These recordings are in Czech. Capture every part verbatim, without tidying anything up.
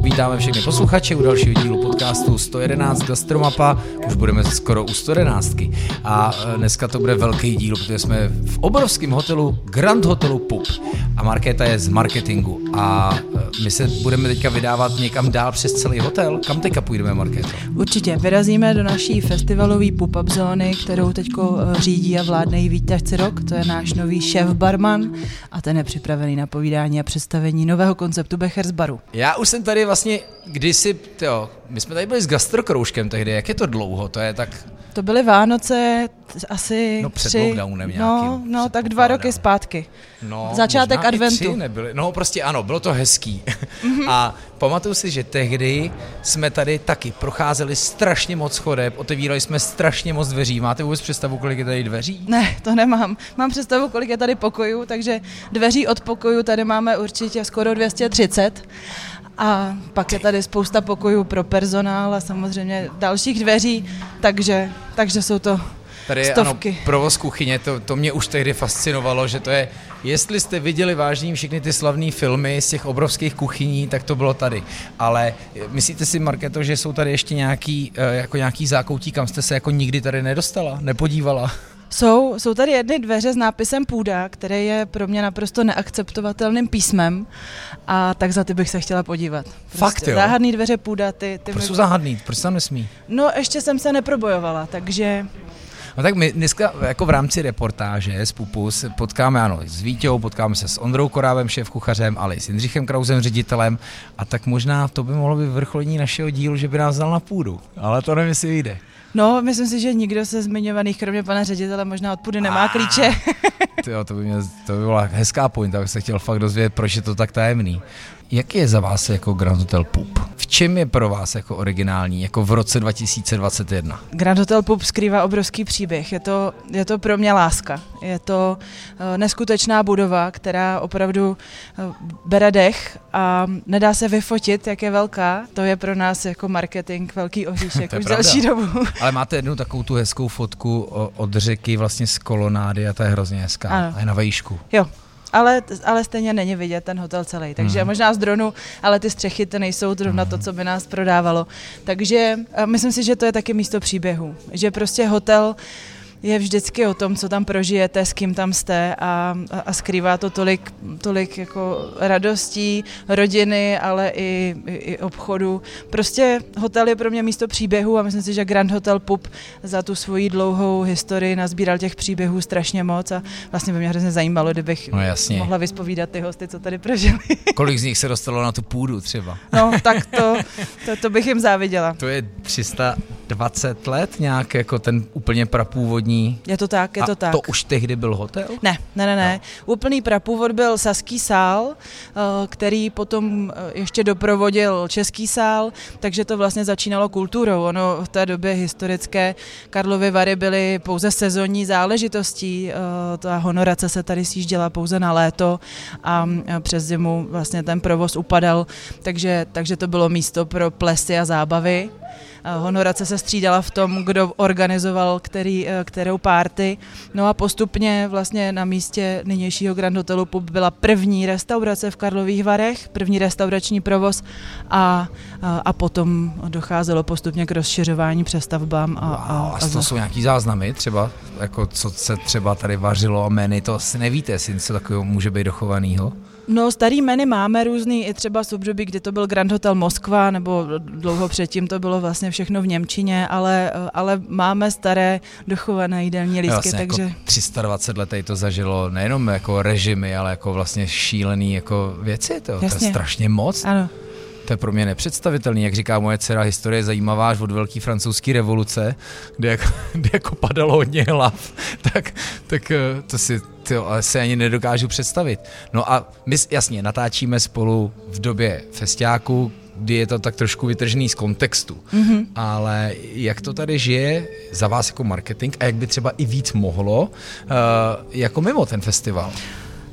Vítáme všechny posluchače u dalšího dílu podcastu sto jedenáct Gastromapa. Už budeme skoro u sto jedenáctky. A dneska to bude velký díl, protože jsme v obrovském hotelu, Grand Hotelu Pup. A Markéta je z marketingu. A my se budeme teďka vydávat někam dál přes celý hotel. Kam teďka půjdeme, Markéto? Určitě. Vyrazíme do naší festivalové pub-up zóny, kterou teďko řídí a vládne jí Vítěz Cirok. To je náš nový šéf barman a ten je připravený na povídání a představení nového konceptu Becher's baru. Já už jsem tady vlastně kdysi, jo, my jsme tady byli s gastrokroužkem tehdy, jak je to dlouho, to je tak... To byly Vánoce asi no, před tři, lockdownem nějakým. No, no tak dva roky zpátky. No, začátek adventu. Tři nebyly. No prostě ano, bylo to hezký. Mm-hmm. A pamatuju si, že tehdy jsme tady taky procházeli strašně moc chodeb, otevírali jsme strašně moc dveří. Máte vůbec představu, kolik je tady dveří? Ne, to nemám. Mám představu, kolik je tady pokojů, takže dveří od pokojů tady máme určitě skoro dvě stě třicet. A pak je tady spousta pokojů pro personál a samozřejmě dalších dveří, takže, takže jsou to tady je, stovky. Ano, provoz kuchyně, to, to mě už tehdy fascinovalo, že to je, jestli jste viděli vážně všechny ty slavné filmy z těch obrovských kuchyní, tak to bylo tady. Ale myslíte si, Markéto, že jsou tady ještě nějaký, jako nějaký zákoutí, kam jste se jako nikdy tady nedostala, nepodívala? Jsou, jsou tady jedny dveře s nápisem Půda, který je pro mě naprosto neakceptovatelným písmem a tak za ty bych se chtěla podívat. Prostě fakt jo? Záhadný dveře Půda, ty... ty Proč mi... jsou záhadný? Proč se tam nesmí? No ještě jsem se neprobojovala, takže... No tak my dneska jako v rámci reportáže z Pupu se potkáme ano s Vítěou, potkáme se s Ondrou Korábem, šéfkuchařem, ale i s Jindřichem Krausem, ředitelem a tak možná to by mohlo být vrcholení našeho dílu, že by nás dal na půdu, ale to nevím, jestli vyjde. No, myslím si, že nikdo se zmiňovaných, kromě pana ředitele, možná od půdy nemá klíče. Tyjo, to by mě, to by byla hezká pointa, abych se chtěl fakt dozvědět, proč je to tak tajemný. Jaký je za vás jako Grand Hotel Pup? V čem je pro vás jako originální, jako v roce dva tisíce dvacet jedna? Grand Hotel Pup skrývá obrovský příběh. Je to, je to pro mě láska. Je to uh, neskutečná budova, která opravdu uh, bere dech a nedá se vyfotit, jak je velká. To je pro nás jako marketing velký oříšek už další dobu. Ale máte jednu takovou tu hezkou fotku od řeky vlastně z kolonády a ta je hrozně hezká. Ano. A je na vejšku. Jo. Ale, ale stejně není vidět ten hotel celý, takže mm. možná z dronu, ale ty střechy to nejsou zrovna to, co by nás prodávalo. Takže myslím si, že to je taky místo příběhu, že prostě hotel je vždycky o tom, co tam prožijete, s kým tam jste a, a skrývá to tolik, tolik jako radostí, rodiny, ale i, i, i obchodu. Prostě hotel je pro mě místo příběhu a myslím si, že Grand Hotel Pup za tu svoji dlouhou historii nazbíral těch příběhů strašně moc a vlastně by mě hrozně zajímalo, kdybych no, mohla vyspovídat ty hosty, co tady prožili. Kolik z nich se dostalo na tu půdu třeba? No, tak to, to, to bych jim záviděla. To je tři sta dvacet let nějak jako ten úplně prapůvodní. Je to tak, je to a tak. to už tehdy byl hotel? Ne, ne, ne, ne. No. Úplný prapůvod byl Saský sál, který potom ještě doprovodil Český sál, takže to vlastně začínalo kulturou. Ono v té době historické Karlovy Vary byly pouze sezónní záležitostí. Ta honorace se tady sjížděla pouze na léto a přes zimu vlastně ten provoz upadal, takže, takže to bylo místo pro plesy a zábavy. Honorace se střídala v tom, kdo organizoval který, kterou party. No a postupně vlastně na místě nynějšího Grand Hotelu Pup byla první restaurace v Karlových Varech, první restaurační provoz a, a, a potom docházelo postupně k rozšiřování přestavbám. A, wow, a, a to jsou nějaký záznamy třeba, jako co se třeba tady vařilo a menu, to asi nevíte, jestli něco takového může být dochovanýho? No, starý menu máme různý, i třeba z období, kdy to byl Grand Hotel Moskva, nebo dlouho předtím to bylo vlastně všechno v němčině, ale, ale máme staré dochované jídelní lístky, vlastně takže... Jako tři sta dvacet let to zažilo nejenom jako režimy, ale jako vlastně šílený jako věci, to, to je strašně moc. Ano. To je pro mě nepředstavitelný, jak říká moje dcera, historie je zajímavá až od velké francouzské revoluce, kde jako, kde jako padalo hodně hlav, tak, tak to si tyjo, ale se ani nedokážu představit. No a my jasně natáčíme spolu v době festiáku, kdy je to tak trošku vytržený z kontextu, mm-hmm. ale jak to tady žije za vás jako marketing a jak by třeba i víc mohlo uh, jako mimo ten festival?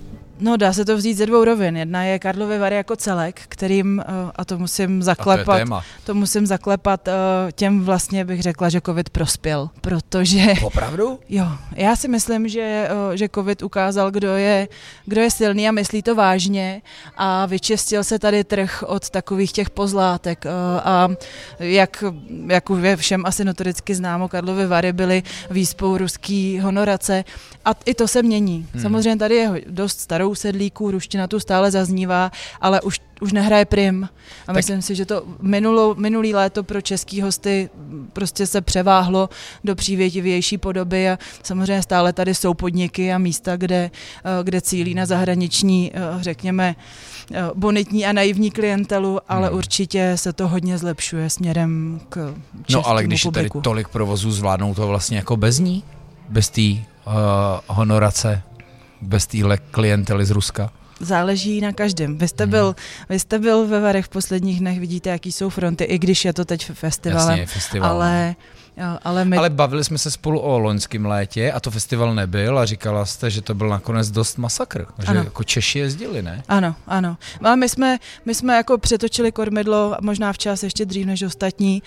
No, dá se to vzít ze dvou rovin. Jedna je Karlovy Vary jako celek, kterým, a to musím zaklepat, to, to musím zaklepat těm vlastně bych řekla, že covid prospěl, protože... Opravdu? Jo, já si myslím, že, že covid ukázal, kdo je, kdo je silný a myslí to vážně a vyčistil se tady trh od takových těch pozlátek a jak, jak už je všem asi notoricky známo, Karlovy Vary byly výspou ruský honorace a i to se mění. Hmm. Samozřejmě tady je dost starou sedlíků, ruština tu stále zaznívá, ale už, už nehraje prim. A tak myslím si, že to minulou, minulý léto pro český hosty prostě se převáhlo do přívětivější podoby a samozřejmě stále tady jsou podniky a místa, kde, kde cílí na zahraniční, řekněme, bonitní a naivní klientelu, ale hmm. určitě se to hodně zlepšuje směrem k českému publiku. No ale když je tady tolik provozů, zvládnou to vlastně jako bez ní? Bez té uh, honorace? Bez téhle klientely z Ruska? Záleží na každém. Vy jste, byl, vy jste byl ve Varech v posledních dnech, vidíte, jaký jsou fronty, i když je to teď festivalem. Jasně, festival. Ale, ale, my... ale bavili jsme se spolu o loňském létě a to festival nebyl a říkala jste, že to byl nakonec dost masakr. Že ano. Jako Češi jezdili, ne? Ano, ano. A my jsme, my jsme jako přetočili kormidlo možná včas ještě dřív než ostatní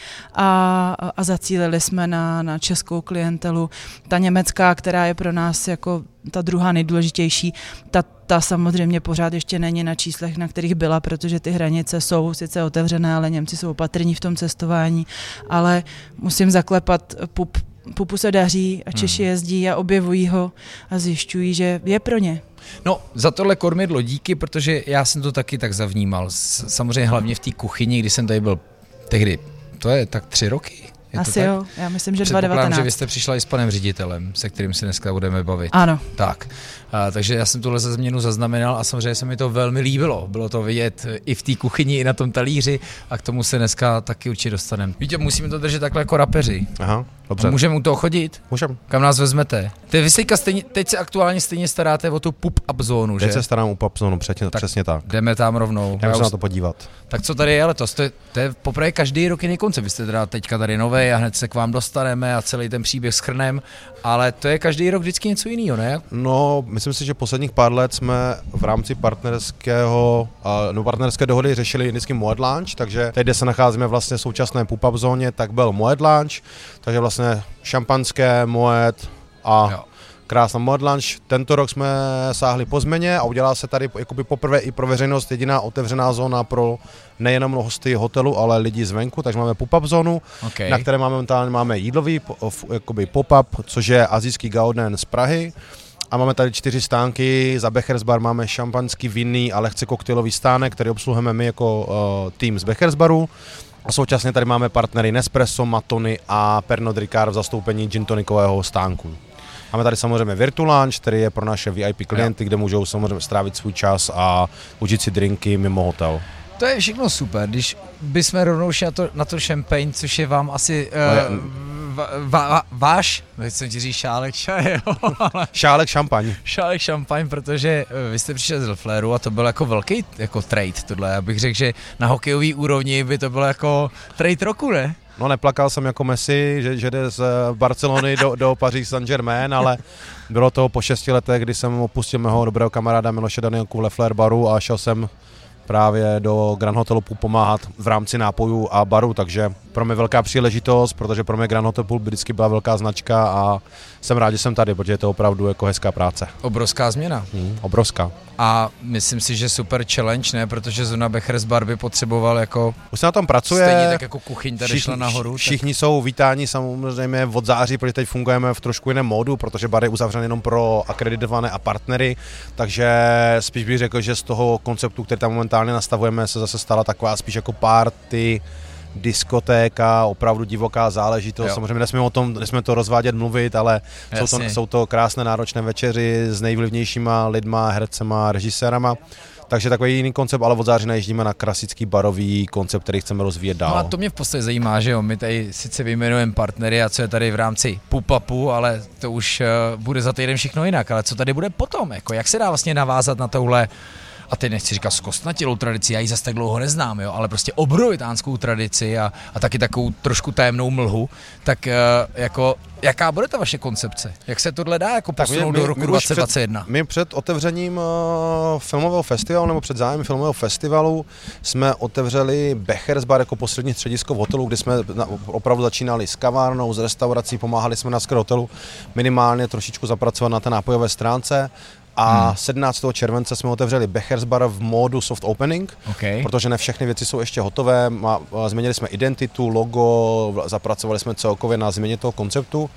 a, a zacílili jsme na, na českou klientelu. Ta německá, která je pro nás jako ta druhá nejdůležitější, ta, ta samozřejmě pořád ještě není na číslech, na kterých byla, protože ty hranice jsou sice otevřené, ale Němci jsou opatrní v tom cestování, ale musím zaklepat, pup, pupu se daří a Češi hmm. jezdí a objevují ho a zjišťují, že je pro ně. No, za tohle kormidlo díky, protože já jsem to taky tak zavnímal. Samozřejmě hlavně v té kuchyni, kdy jsem tady byl tehdy, to je tak tři roky. Je Asi jo, já myslím, že dva tisíce devatenáct. Předpokládám, že vy jste přišla i s panem ředitelem, se kterým se dneska budeme bavit. Ano. Tak, a, takže já jsem tuhle změnu zaznamenal a samozřejmě se mi to velmi líbilo. Bylo to vidět i v té kuchyni, i na tom talíři a k tomu se dneska taky určitě dostaneme. Víte, musíme to držet takhle jako rapeři. Aha, dobře. Můžeme u toho chodit? Můžeme. Kam nás vezmete? Teď, vy stejka stejně, teď se aktuálně stejně staráte o tu pop-up zónu, že? Teď se starám o pop zónu, přesně tak. Přesně tak. Jdeme tam rovnou. Já musím na to podívat. Tak co tady je letos? To je, to je poprvé každý rok jiný koncept. Vy jste teda teďka tady novej a hned se k vám dostaneme a celý ten příběh shrnem, ale to je každý rok vždycky něco jiného, ne? No, myslím si, že posledních pár let jsme v rámci partnerského, no, partnerské dohody řešili vždycky Moet Lounge, takže teď, kde se nacházíme vlastně v současné pop-up zóně, tak byl Moet Lounge, takže vlastně šampanské, Moet a jo. Krásná Moet Lounge. Tento rok jsme sáhli po změně a udělala se tady jakoby poprvé i pro veřejnost jediná otevřená zóna pro nejenom hosty hotelu, ale lidi zvenku, takže máme pop-up zónu, okay. na které momentálně máme jídlový jakoby pop-up, což je asijský Gauden z Prahy. A máme tady čtyři stánky, za Bechers Bar máme šampanský, vinný a lehce koktejlový stánek, který obsluhujeme my jako uh, tým z Bechers Baru. A současně tady máme partnery Nespresso, Matony a Pernod Ricard v zastoupení gin tonikového stánku. Máme tady samozřejmě Virtu Lounge, který je pro naše V I P klienty, jo. kde můžou samozřejmě strávit svůj čas a užít si drinky mimo hotel. To je všechno super, když bychom rovnou šli na to, na to champagne, což je vám asi uh, va, va, váš, teď jsem ti říct šálek čaje, ale... Šálek šampaň. Šálek šampaň, protože vy jste přišel z Lefleru a to byl jako velký jako trade tohle, já bych řekl, že na hokejový úrovni by to bylo jako trade roku, ne? No, neplakal jsem jako Messi, že, že jde z Barcelony do, do Paříž Saint-Germain, ale bylo to po šesti letech, kdy jsem opustil mého dobrého kamaráda Miloše Danielku v Lefler baru a šel jsem právě do Grand Hotelu Pool pomáhat v rámci nápojů a baru, takže pro mě velká příležitost, protože pro mě Grand Hotel Pool vždycky byla velká značka a jsem rád, že jsem tady, protože je to opravdu jako hezká práce. Obrovská změna. Hmm, obrovská. A myslím si, že super challenge, ne? Protože zóna Bechers Bar by potřeboval jako... Už se na tom pracuje. Stejně tak jako kuchyň tady všichni, šla nahoru. Všichni tak... jsou vítáni samozřejmě od září, protože teď fungujeme v trošku jiném módu, protože bar je uzavřen jenom pro akreditované a partnery, takže spíš bych řekl, že z toho konceptu, který tam momentálně nastavujeme, se zase stala taková spíš jako party, diskotéka, opravdu divoká záležitost. Jo. Samozřejmě nesmíme o tom, nesmíme to rozvádět, mluvit, ale jsou to, jsou to krásné náročné večeři s nejvlivnějšíma lidma, hercema, režisérama. Takže takový jiný koncept, ale od září najíždíme na klasický barový koncept, který chceme rozvíjet dál. No a to mě v podstatě zajímá, že jo, my tady sice vyjmenujeme partnery a co je tady v rámci pop-upu, ale to už uh, bude za týden všechno jinak, ale co tady bude potom, jako jak se dá vlastně navázat na tohle a teď nechci říkat zkostnatělou tradici, já ji zase tak dlouho neznám, jo, ale prostě obrovitánskou tradici a, a taky takovou trošku tajemnou mlhu, tak jako jaká bude ta vaše koncepce? Jak se tohle dá jako posunout my, do roku my dvacet dvacet jedna? Před, my před otevřením uh, filmového festivalu nebo před zájem filmového festivalu jsme otevřeli Becher's Bar jako poslední středisko v hotelu, kde jsme na, opravdu začínali s kavárnou, s restaurací, pomáhali jsme na skr hotelu minimálně trošičku zapracovat na té nápojové stránce. A hmm. sedmnáctého července jsme otevřeli Becher's Bar v módu soft opening, okay. protože ne všechny věci jsou ještě hotové. Má, změnili jsme identitu, logo, zapracovali jsme celkově na změně toho konceptu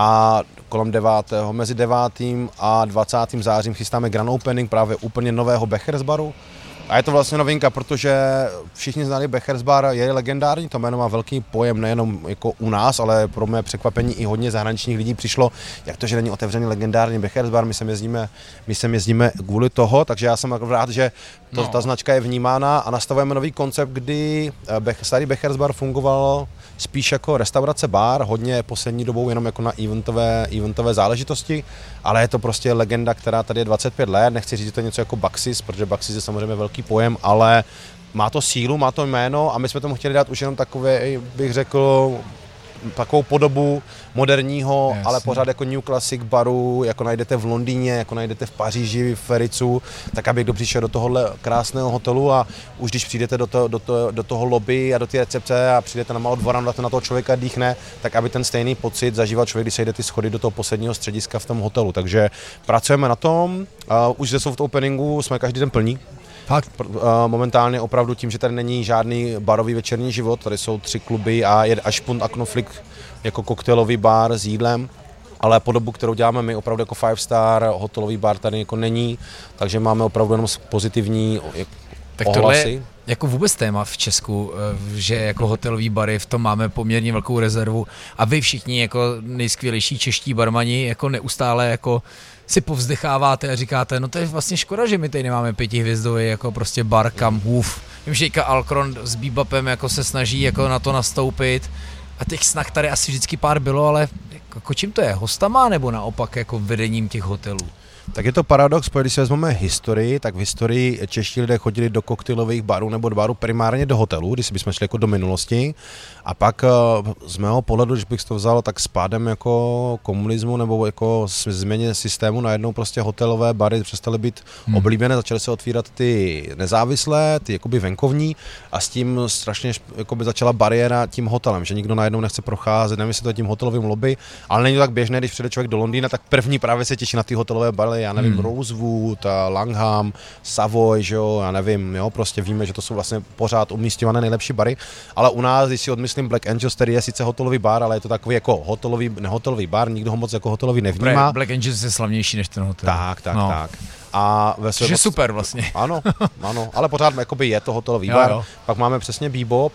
a kolem devátého mezi devátým a dvacátým zářím chystáme grand opening právě úplně nového Becher's Baru. A je to vlastně novinka, protože všichni znali Becher's Bar, je legendární, to jméno má velký pojem nejenom jako u nás, ale pro mé překvapení i hodně zahraničních lidí přišlo, jak to, že není otevřený legendární Becher's Bar, my sem jezdíme, my sem jezdíme kvůli toho, takže já jsem rád, že to, no. ta značka je vnímána a nastavujeme nový koncept, kdy starý Becher's Bar fungoval spíš jako restaurace bar, hodně poslední dobou jenom jako na eventové, eventové záležitosti, ale je to prostě legenda, která tady je dvacet pět let, nechci říct, že to je něco jako Baxis, protože Baxis je samozřejmě velký pojem, ale má to sílu, má to jméno a my jsme tomu chtěli dát už jenom takové, bych řekl, takovou podobu moderního, Jasně. ale pořád jako new classic baru, jako najdete v Londýně, jako najdete v Paříži, v Fericu, tak aby kdo přišel do tohohle krásného hotelu a už když přijdete do, to, do, to, do toho lobby a do té recepce a přijdete na malou dvoranu, dáte na toho člověka dýchne, tak aby ten stejný pocit zažíval člověk, když se jde ty schody do toho posledního střediska v tom hotelu. Takže pracujeme na tom, uh, už ze soft openingu jsme každý den plní. Fakt? Momentálně opravdu tím, že tady není žádný barový večerní život, tady jsou tři kluby a je až Punt a Knoflik jako koktejlový bar s jídlem, ale po dobu, kterou děláme my, opravdu jako five star hotelový bar tady jako není, takže máme opravdu jenom pozitivní tak ohlasy. Tohle je jako vůbec téma v Česku, že jako hotelový bary v tom máme poměrně velkou rezervu a vy všichni jako nejskvělejší čeští barmani jako neustále jako si povzdecháváte a říkáte, no to je vlastně škoda, že my tady nemáme pětihvězdový jako prostě bar, kam hův. Vím, že Ika Alkron s Bebopem jako se snaží jako na to nastoupit a těch snah tady asi vždycky pár bylo, ale jako čím to je, hostama nebo naopak jako vedením těch hotelů? Tak je to paradox, protože když si vezmeme historii, tak v historii čeští lidé chodili do koktejlových barů nebo do barů primárně do hotelů, když bychom šli jako do minulosti. A pak z mého pohledu, když bych to vzal, tak s pádem jako komunismu nebo jako změně systému najednou prostě hotelové bary přestaly být hmm. oblíbené, začaly se otvírat ty nezávislé, ty jakoby venkovní a s tím strašně jakoby začala bariéra tím hotelem, že nikdo najednou nechce procházet, nevím, jestli to je tím hotelovým lobby, ale není to tak běžné, když přijde člověk do Londýna, tak první právě se těší na ty hotelové bary, já nevím, hmm. Rosewood, Langham, Savoy, že jo, já nevím, jo, prostě víme, že to jsou vlastně pořád umístěvané nejlepší bary, ale u nás, když si odmyslím Black Angels, který je sice hotelový bar, ale je to takový jako hotelový, nehotelový bar, nikdo ho moc jako hotelový nevnímá. Black Angels je slavnější než ten hotel. Tak, tak, no. tak. A ve Což je super vlastně. Ano, ano, ale pořád jakoby je to hotelový jo, bar. Jo. Pak máme přesně Bebop.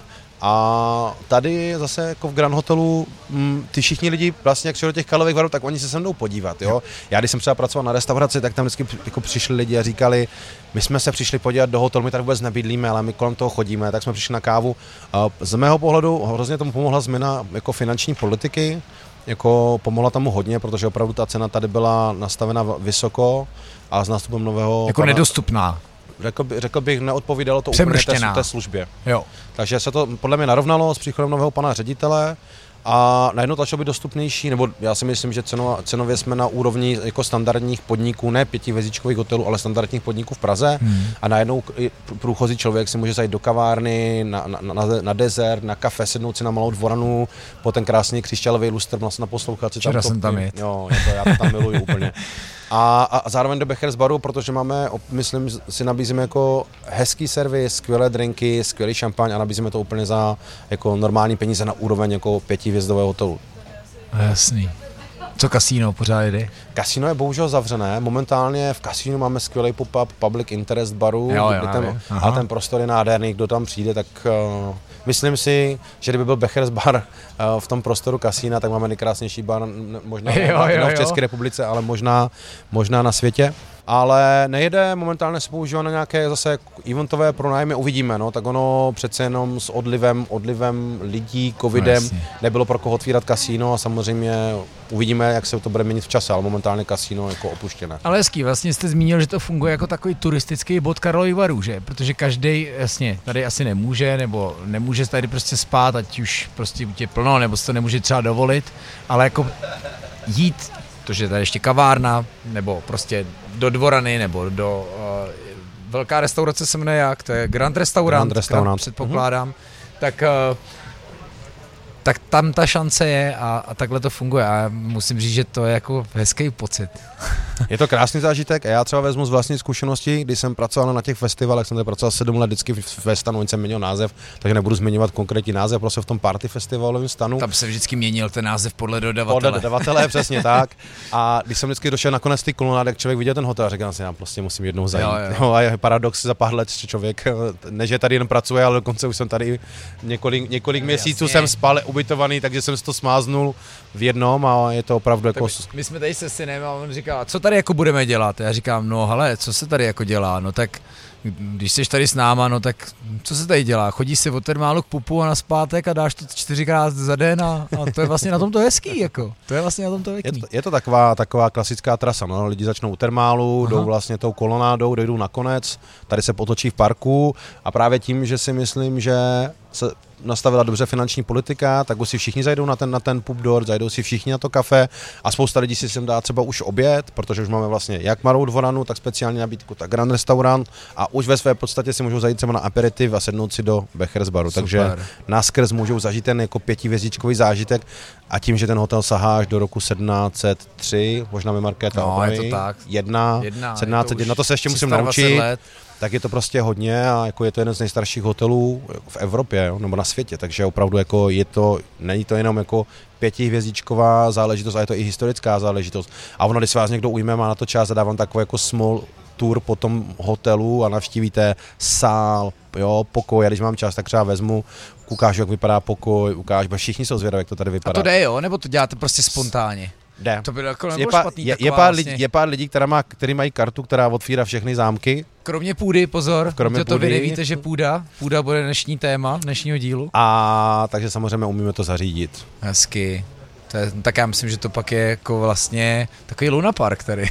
A tady zase jako v Grand Hotelu m, ty všichni lidi vlastně, jak šli do těch kalových barů, tak oni se se mnou podívat, jo. Já když jsem třeba pracoval na restauraci, tak tam vždycky jako přišli lidi a říkali, my jsme se přišli podívat do hotelu, my tady vůbec nebydlíme, ale my kolem toho chodíme, tak jsme přišli na kávu. A z mého pohledu hrozně tomu pomohla změna jako finanční politiky, jako pomohla tomu hodně, protože opravdu ta cena tady byla nastavena vysoko a s nástupem nového... Jako pana, nedostupná. Řekl, by, řekl bych, neodpovídalo to úplně té, té službě. Jo. Takže se to podle mě narovnalo s příchodem nového pana ředitele a najednou to začalo být dostupnější, nebo já si myslím, že ceno, cenově jsme na úrovni jako standardních podniků, ne pětihvězdičkových hotelů, ale standardních podniků v Praze hmm. a najednou průchozí člověk si může zajít do kavárny, na, na, na, na dezert, na kafe, sednout si na malou dvoranu, po ten krásný křišťálový lustr, vlastně na poslouchači. Včera jsem tam jet. Jo, je to, já to tam miluju úplně. A, a zároveň do Becher's Baru, protože máme, myslím, si nabízíme jako hezký servis, skvělé drinky, skvělý šampaň a nabízíme to úplně za jako normální peníze na úroveň jako pětihvězdového hotelu. Jasný. Co kasíno pořád jde? Kasíno je bohužel zavřené. Momentálně v kasínu máme skvělý pop-up public interest baru, jo, jo, ten, a ten prostor je nádherný, kdo tam přijde, tak uh, myslím si, že kdyby byl Becher's Bar uh, v tom prostoru kasína, tak máme nejkrásnější bar možná jo, jo, no, v České republice, ale možná, možná na světě. ale nejede, momentálně se používá na nějaké zase eventové pronájmy, uvidíme, no, tak ono přece jenom s odlivem, odlivem lidí, covidem, no, nebylo pro koho otvírat kasíno a samozřejmě uvidíme, jak se to bude měnit v čase, ale momentálně kasíno jako opuštěné. Ale hezký, vlastně jste zmínil, že to funguje jako takový turistický bod Karlových Varů, že? Protože každý jasně tady asi nemůže, nebo nemůže tady prostě spát, ať už prostě je plno, nebo si to nemůže třeba dovolit, ale jako jít, protože tady ještě kavárna, nebo prostě do Dvorany, nebo do uh, velká restaurace se jmenuje jak, to je Grand Restaurant, Grand Restaurant. předpokládám, mm-hmm. tak uh, tak tam ta šance je a, a takhle to funguje a musím říct, že to je jako hezký pocit. Je to krásný zážitek a já třeba vezmu z vlastní zkušenosti, když jsem pracoval na těch festivalech, jsem tady pracoval sedm let vždycky ve stanu, oni jsem měnil název, takže nebudu zmiňovat konkrétní název, prostě v tom party festivalovém stanu. Tam se vždycky měnil ten název podle dodavatele. Podle dodavatele, přesně tak. A když jsem vždycky došel nakonec ty kolonády, jak člověk viděl ten hotel, říkal si, já prostě musím jednou zajít. Jo, jo. Jo, a je paradox za pár let, že člověk, ne že tady jen pracuje, ale dokonce už jsem tady několik, několik měsíců jsem spal ubytovaný, takže jsem si to smáznul v jednom a je to opravdu jako... My, my jsme tady se synem a on říkal, co tady jako budeme dělat? Já říkám, no hele, co se tady jako dělá? No tak, když jsi tady s náma, no tak co se tady dělá? Chodíš si od termálu k pupu a na zpátek a dáš to čtyřikrát za den a, a to je vlastně na tom to hezký, jako. To je vlastně na tom to hezký. Je to, je to taková, taková klasická trasa, no, lidi začnou u termálu, Aha. jdou vlastně tou kolonádou, dojdou na konec, tady se potočí v parku a právě tím, že si myslím, že se nastavila dobře finanční politika, tak už si všichni zajdou na ten, na ten pub door, zajdou si všichni na to kafe a spousta lidí si sem dá třeba už oběd, protože už máme vlastně jak Malou Dvoranu, tak speciální nabídku, tak Grand Restaurant a už ve své podstatě si můžou zajít třeba na aperitiv a sednout si do Bechers baru, Super. Takže naskrz můžou zažít ten jako pětivězdičkový zážitek a tím, že ten hotel sahá až do roku sedmnáct set tři, možná mi Markéta no, opraví, je to tak. Jedna, jedna sedmnáct set jedna, to, to se ještě musím naučit. Let. Tak je to prostě hodně a jako je to jeden z nejstarších hotelů v Evropě, jo, nebo na světě, takže opravdu jako je to, není to jenom jako pětihvězdičková záležitost, ale je to i historická záležitost. A ono, když se vás někdo ujme, má na to čas, zadávám takový jako small tour po tom hotelu a navštívíte sál, jo, pokoj, a když mám čas, tak třeba vezmu, ukážu, jak vypadá pokoj, ukážu, bo všichni jsou zvědaví, jak to tady vypadá. A to jde, jo, nebo to děláte prostě spontánně? Jde. To by jako je, pár, špatný, je, je, pár vlastně. lidí, je pár lidí, která má, který mají kartu, která otvírá všechny zámky. Kromě půdy, pozor, Kromě to půdy. Vy nevíte, že půda, půda bude dnešní téma, dnešního dílu. A takže samozřejmě umíme to zařídit. Hezky. To je, tak já myslím, že to pak je jako vlastně takový lunapark tady.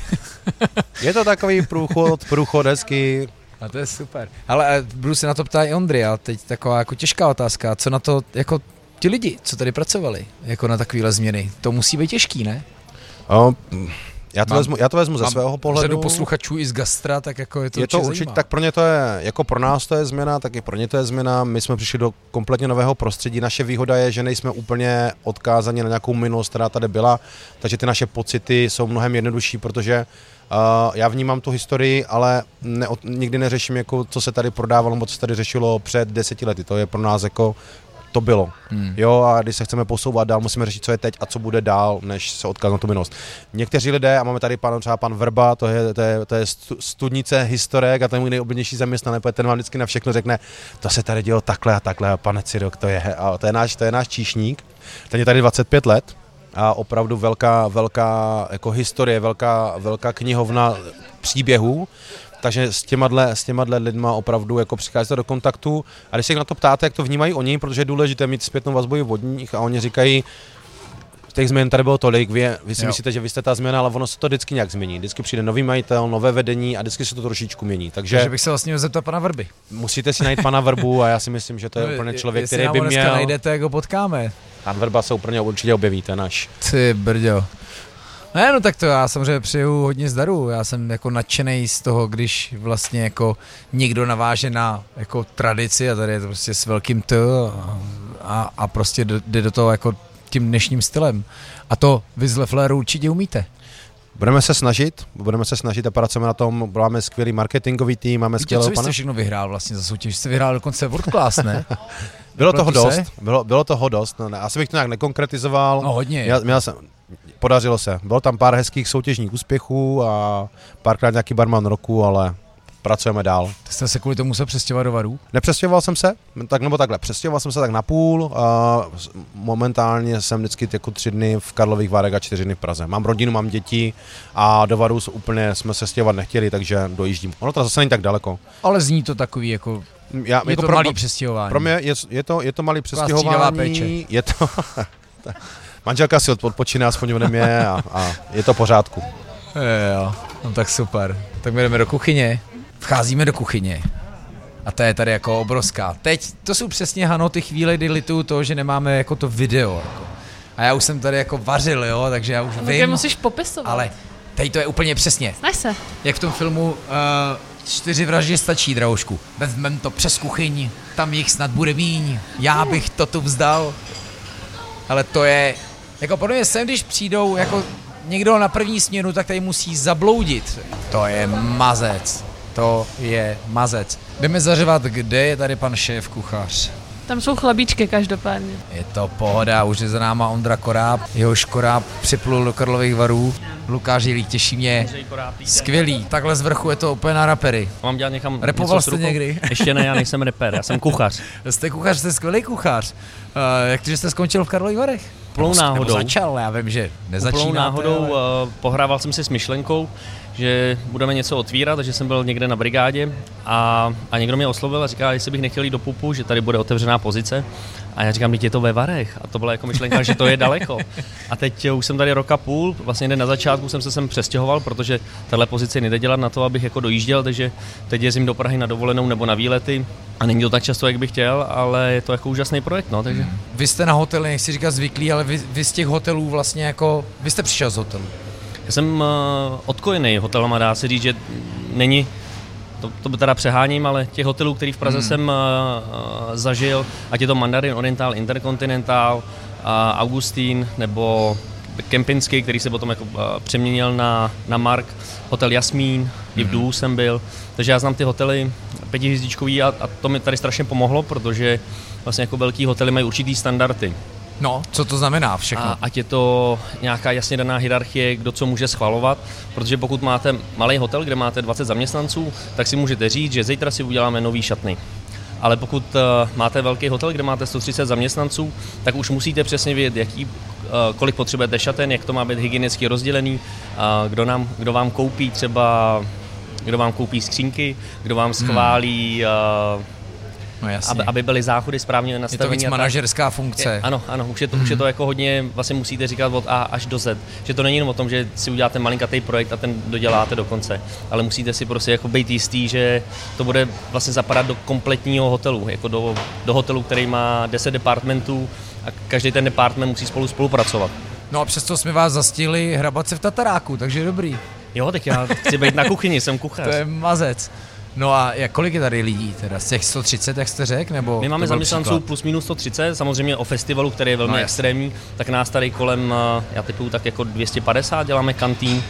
Je to takový průchod, průchod hezky. A to je super. Ale budu se na to ptát i Ondry, a teď taková jako těžká otázka, co na to jako ti lidi, co tady pracovali, jako na takovýhle změny, to musí být těžký, ne? O, já, to mám, vezmu, já to vezmu ze svého pohledu. Řadu posluchačů i z gastra, tak jako je to Je to určitě, tak pro ně to je, jako pro nás to je změna, tak i pro ně to je změna. My jsme přišli do kompletně nového prostředí. Naše výhoda je, že nejsme úplně odkázaní na nějakou minulost, která tady byla, takže ty naše pocity jsou mnohem jednodušší, protože uh, já vnímám tu historii, ale ne, nikdy neřeším, jako, co se tady prodávalo, nebo co se tady řešilo před deseti lety. To je pro nás jako to bylo. Hmm. Jo, a když se chceme posouvat dál, musíme řešit, co je teď a co bude dál, než se odkázat na tu minulost. Někteří lidé, a máme tady pan, třeba pan Vrba, to je, to je, to je studnice historiek a ten můj nejoblíbenější zaměstnanec, ten vám vždycky na všechno řekne, to se tady dělo takhle a takhle a pane Cirok, to je. A to je náš, to je náš číšník. Ten je tady dvacet pět let a opravdu velká, velká jako historie, velká, velká knihovna příběhů. Takže s těma, s těma lidma opravdu jako přicházíte do kontaktu a když se na to ptáte, jak to vnímají oni, protože je důležité mít zpětnou vazbu od nich a oni říkají, těch změn tady bylo tolik, vy, vy si jo. myslíte, že vy jste ta změna, ale ono se to vždycky nějak změní. Vždycky přijde nový majitel, nové vedení a vždycky se to trošičku mění. Takže, Takže bych se vlastně zeptal pana Vrby. Musíte si najít pana Vrbu a já si myslím, že to je no, úplně člověk, který by měl... Jestli najdete, jak ho potkáme. Pan Vrba se úplně určitě objeví, ten náš. Ty brďo. Ne, no tak to já samozřejmě přeju hodně zdaru, já jsem jako nadšenej z toho, když vlastně jako někdo naváže na jako tradici a tady je to prostě s velkým T a, a prostě jde do toho jako tím dnešním stylem. A to vy z Lefleru určitě umíte. Budeme se snažit, budeme se snažit a pracujeme na tom, máme skvělý marketingový tým, máme skvělého pana. Co vy jste všechno vyhrál vlastně za soutěž? Jste vyhrál dokonce World Class, ne? Bylo toho dost, bylo, bylo toho dost, no, ne, asi bych to nějak nekonkretizoval. No hodně. Měl, měl jsem, podařilo se, bylo tam pár hezkých soutěžních úspěchů a párkrát nějaký barman roku, ale pracujeme dál. Ty jste se kvůli tomu musel přestěhovat do Varů? Nepřestěhoval jsem se, tak nebo takhle, přestěhoval jsem se tak na půl, a momentálně jsem vždycky jako tři dny v Karlových Varech a čtyři dny v Praze. Mám rodinu, mám děti a do Varů úplně jsme se stěhovat nechtěli, takže dojíždím. Ono to zase není tak daleko. Ale zní to takový jako... Já, je jako to pro, malý přestěhování. Pro mě je, je to, je to malý přestěhování. Je to... Manželka si odpočíná aspoň ode mě a, a je to v pořádku. Je, jo, no tak super. Tak my jdeme do kuchyně. Vcházíme do kuchyně. A ta je tady jako obrovská. Teď, to jsou přesně, Hano, ty chvíle, kdy lituju toho, že nemáme jako to video. Jako. A já už jsem tady jako vařil, jo, takže já už no, vím. Tak musíš popisovat. Ale teď to je úplně přesně. Snaž se. Jak v tom filmu uh, Čtyři vraždy stačí, drahoušku. Vezmem to přes kuchyň, tam jich snad bude míň. Já bych to tu vzdal. Ale to je, jako podle mě sem, když přijdou jako někdo na první směnu, tak tady musí zabloudit. To je mazec. To je mazec. Jdeme zařvat, kde je tady pan šéf kuchař. Tam jsou chlebíčky každopádně. Je to pohoda, už je za náma Ondra Koráb. Jehož Koráb připlul do Karlových Varů. Lukáš Jilík, těší mě. Skvělý. Takhle z vrchu je to úplně na rapery. Mám dělat někam. Repoval jste někdy? Ještě ne, já nejsem reper, já jsem kuchař. Jste kuchař, jste skvělý kuchař. Uh, jak to, že jste skončil v Karlových Varech? Plnou náhodou. Nebo začal, já vím, že nezačínáte. Plnou náhodou ale... uh, pohrával jsem si s myšlenkou, že budeme něco otvírat, takže jsem byl někde na brigádě a, a někdo mě oslovil a říkal, jestli bych nechtěl jít do pupu, že tady bude otevřená pozice. A já říkám, teď je to ve Varech. A to byla jako myšlenka, že to je daleko. A teď už jsem tady rok a půl, vlastně hned na začátku jsem se sem přestěhoval, protože tahle pozice nejde dělat na to, abych jako dojížděl, takže teď jezdím do Prahy na dovolenou nebo na výlety. A není to tak často, jak bych chtěl, ale je to jako úžasný projekt, no, takže. Vy jste na hotely, nechci říkat zvyklí, ale vy, vy z těch hotelů vlastně jako, vy jste přišel z hotelu. Já jsem uh, odkojený hotelama, dá se říct, že není, to, to teda přeháním, ale těch hotelů, který v Praze hmm. jsem uh, uh, zažil, ať je to Mandarin Oriental, Intercontinental, uh, Augustín nebo Kempinský, který se potom jako, uh, přeměnil na, na Mark, hotel Jasmín, hmm. i v Dů jsem byl, takže já znám ty hotely pětihvězdičkový a, a to mi tady strašně pomohlo, protože vlastně jako velký hotely mají určitý standardy. No, co to znamená všechno? A ať je to nějaká jasně daná hierarchie, kdo co může schvalovat, protože pokud máte malý hotel, kde máte dvacet zaměstnanců, tak si můžete říct, že zítra si uděláme nový šatny. Ale pokud uh, máte velký hotel, kde máte sto třicet zaměstnanců, tak už musíte přesně vědět, jaký, uh, kolik potřebujete šaten, jak to má být hygienicky rozdělený, uh, kdo, nám, kdo vám koupí třeba, kdo vám koupí skřínky, kdo vám schválí uh, No aby, aby byly záchody správně nastaveny. Je to víc manažerská funkce. Je, ano, ano, už je, to, hmm. už je to jako hodně, vlastně musíte říkat od A až do Z. Že to není jenom o tom, že si uděláte malinkatý projekt a ten doděláte do konce, ale musíte si prostě jako být jistý, že to bude vlastně zapadat do kompletního hotelu, jako do, do hotelu, který má deset departmentů a každý ten department musí spolu spolupracovat. No a přesto jsme vás zastihli hrabat se v Tataráku, takže dobrý. Jo, tak já chci být na kuchyni, jsem kuchař. To je mazec. No a jak, kolik je tady lidí teda? Z těch sto třicet, jak jste řekl? Nebo my máme zaměstnanců plus minus sto třicet, samozřejmě o festivalu, který je velmi no, extrémní, tak nás tady kolem, já typuju tak jako dvě stě padesát, děláme kantýn.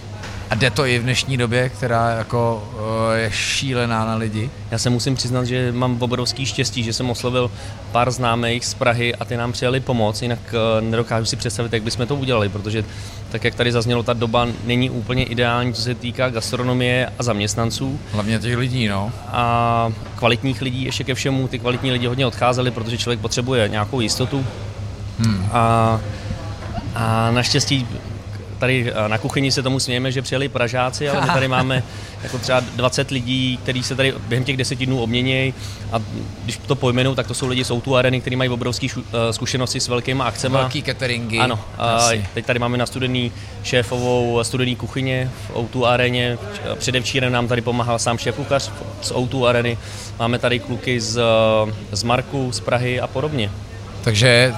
A jde to i v dnešní době, která jako je šílená na lidi? Já se musím přiznat, že mám obrovský štěstí, že jsem oslovil pár známých z Prahy a ty nám přijali pomoc, jinak nedokážu si představit, jak bychom to udělali, protože tak, jak tady zaznělo, ta doba není úplně ideální, co se týká gastronomie a zaměstnanců. Hlavně těch lidí, no. A kvalitních lidí, ještě ke všemu, ty kvalitní lidi hodně odcházeli, protože člověk potřebuje nějakou jistotu. Hmm. A, a naštěstí tady na kuchyni se tomu smějeme, že přijeli Pražáci, ale my tady máme jako třeba dvacet lidí, kteří se tady během těch deseti dnů obměnějí a když to pojmenou, tak to jsou lidi z O dva Areny, kteří mají obrovské zkušenosti s velkýma akcemi. Velký cateringy. Ano, a teď tady máme na studený šéfovou studený kuchyně v O dva Areně. Předevčírem nám tady pomáhal sám šéf kuchař z O dva Areny. Máme tady kluky z, z Marku, z Prahy a podobně. Takže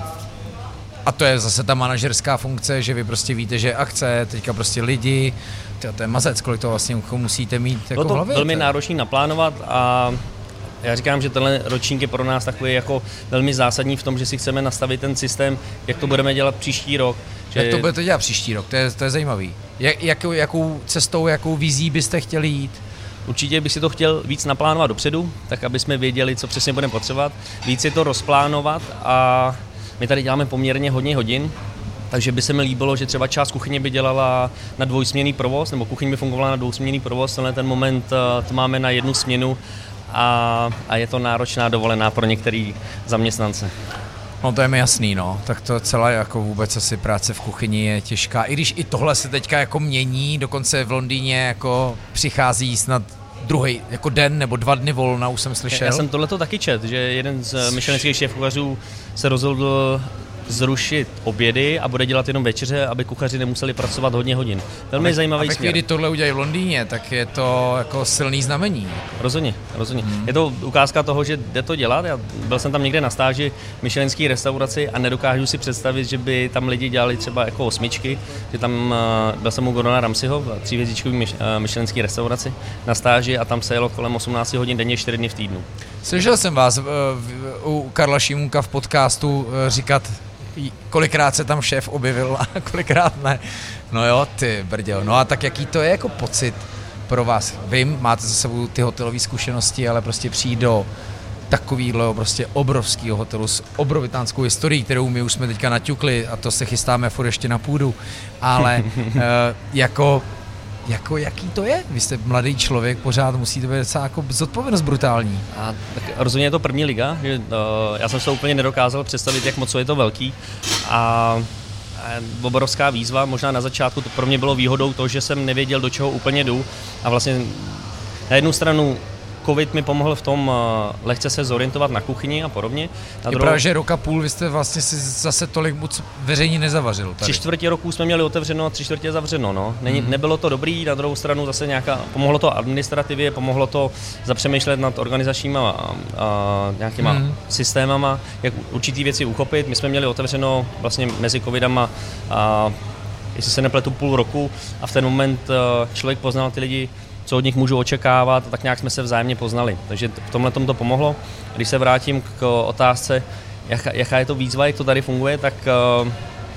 a to je zase ta manažerská funkce, že vy prostě víte, že akce, teďka prostě lidi, to je mazec, kolik to vlastně musíte mít jako Bylo to hlavě, velmi to náročný naplánovat a já říkám, že tenhle ročník je pro nás takový jako velmi zásadní v tom, že si chceme nastavit ten systém, jak to budeme dělat příští rok. Že... Jak to budete dělat příští rok, to je, to je zajímavý. Jak, jakou, jakou cestou, jakou vizí byste chtěli jít? Určitě bych si to chtěl víc naplánovat dopředu, tak aby jsme věděli, co přesně budeme potřebovat, víc si to rozplánovat a my tady děláme poměrně hodně hodin, Takže by se mi líbilo, že třeba část kuchyně by dělala na dvojsměnný provoz, nebo kuchyně by fungovala na dvojsměnný provoz, ale ten moment to máme na jednu směnu a, a je to náročná dovolená pro některé zaměstnance. No to je mi jasný, no. Tak to celá jako vůbec asi práce v kuchyni je těžká. I když i tohle se teďka jako mění, dokonce v Londýně jako přichází snad druhý jako den nebo dva dny volna, už jsem slyšel. Já jsem tohleto taky čet, že jeden z michelinských šéfkuchařů se rozhodl zrušit obědy a bude dělat jenom večeře, aby kuchaři nemuseli pracovat hodně hodin. Velmi zajímavý směr. A když tohle udělají v Londýně, tak je to jako silný znamení. Rozhodně, rozhodně. Hmm. Je to ukázka toho, že jde to dělat. Já byl jsem tam někde na stáži v michelinské restauraci a nedokážu si představit, že by tam lidi dělali třeba jako osmičky, že tam byl jsem u Gordona Ramsayho v tříhvězdičkové michelinské restauraci na stáži a tam se jelo kolem osmnáct hodin denně čtyři dny v týdnu. Slyšel jsem vás u Karla Šimůnka v podcastu říkat, kolikrát se tam šéf objevil a kolikrát ne. No jo, ty brděl. No a tak jaký to je jako pocit pro vás? Vím, máte za sebou ty hotelové zkušenosti, ale prostě přijít do takovýhle prostě obrovského hotelu s obrovitánskou historií, kterou my už jsme teďka naťukli a to se chystáme furt ještě na půdu, ale e, jako Jako jaký to je? Vy jste mladý člověk, pořád musíte být docela jako zodpovědnost brutální. A tak rozhodně je to první liga, že, uh, já jsem se úplně nedokázal představit, jak moc je to velký a, a obrovská výzva, možná na začátku to pro mě bylo výhodou to, že jsem nevěděl, do čeho úplně jdu a vlastně na jednu stranu covid mi pomohl v tom uh, lehce se zorientovat na kuchyni a podobně. Na je druhou... pravda, že rok a půl vy jste vlastně si zase tolik moc veřejně nezavařil. Tady. Tři čtvrtě roku jsme měli otevřeno a tři čtvrtě zavřeno. No. Není, hmm. Nebylo to dobrý, na druhou stranu zase nějaká, pomohlo to administrativě, pomohlo to zapřemýšlet nad organizačníma a, a nějakýma hmm. systémama, jak určitý věci uchopit. My jsme měli otevřeno vlastně mezi covidama a jestli se nepletu půl roku a v ten moment uh, člověk poznal ty lidi, co od nich můžu očekávat, tak nějak jsme se vzájemně poznali. Takže v tomhle tom to pomohlo. Když se vrátím k otázce, jaká, jaká je to výzva, jak to tady funguje, tak uh,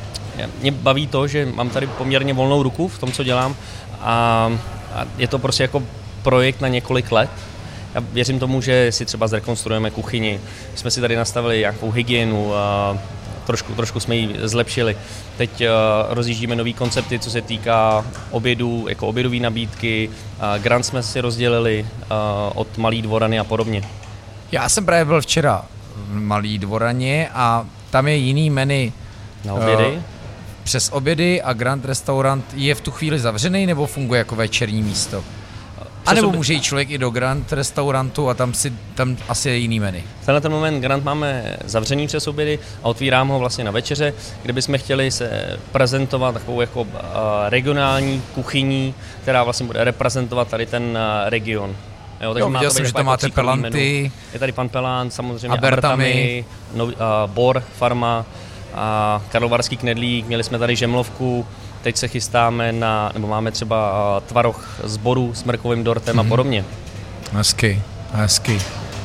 mě baví to, že mám tady poměrně volnou ruku v tom, co dělám a, a je to prostě jako projekt na několik let. Já věřím tomu, že si třeba zrekonstruujeme kuchyni, jsme si tady nastavili nějakou hygienu, a trošku, trošku jsme ji zlepšili. Teď uh, rozjíždíme nový koncepty, co se týká obědů, jako obědové nabídky, uh, grant jsme si rozdělili uh, od Malý Dvorany a podobně. Já jsem právě byl včera v Malý Dvoraně a tam je jiný menu. Na obědy? Uh, přes obědy a Grand Restaurant je v tu chvíli zavřený nebo funguje jako večerní místo? A nebo může jít člověk i do Grand Restaurantu a tam, si, tam asi je jiný menu. Tenhle ten moment Grand máme zavřený přes obědy a otvírám ho vlastně na večeře, kde bychom chtěli se prezentovat takovou jako uh, regionální kuchyní, která vlastně bude reprezentovat tady ten uh, region. Jo, takže jo, viděl jsem, že tam máte pelanty. Menu. Je tady pan Pelant, samozřejmě Abertami, Abertami nov, uh, Bor, farma a Karlovarský knedlík, měli jsme tady žemlovku. Teď se chystáme na, nebo máme třeba tvaroh z boru s mrkovým dortem mm-hmm. a podobně. Hezky, hezky.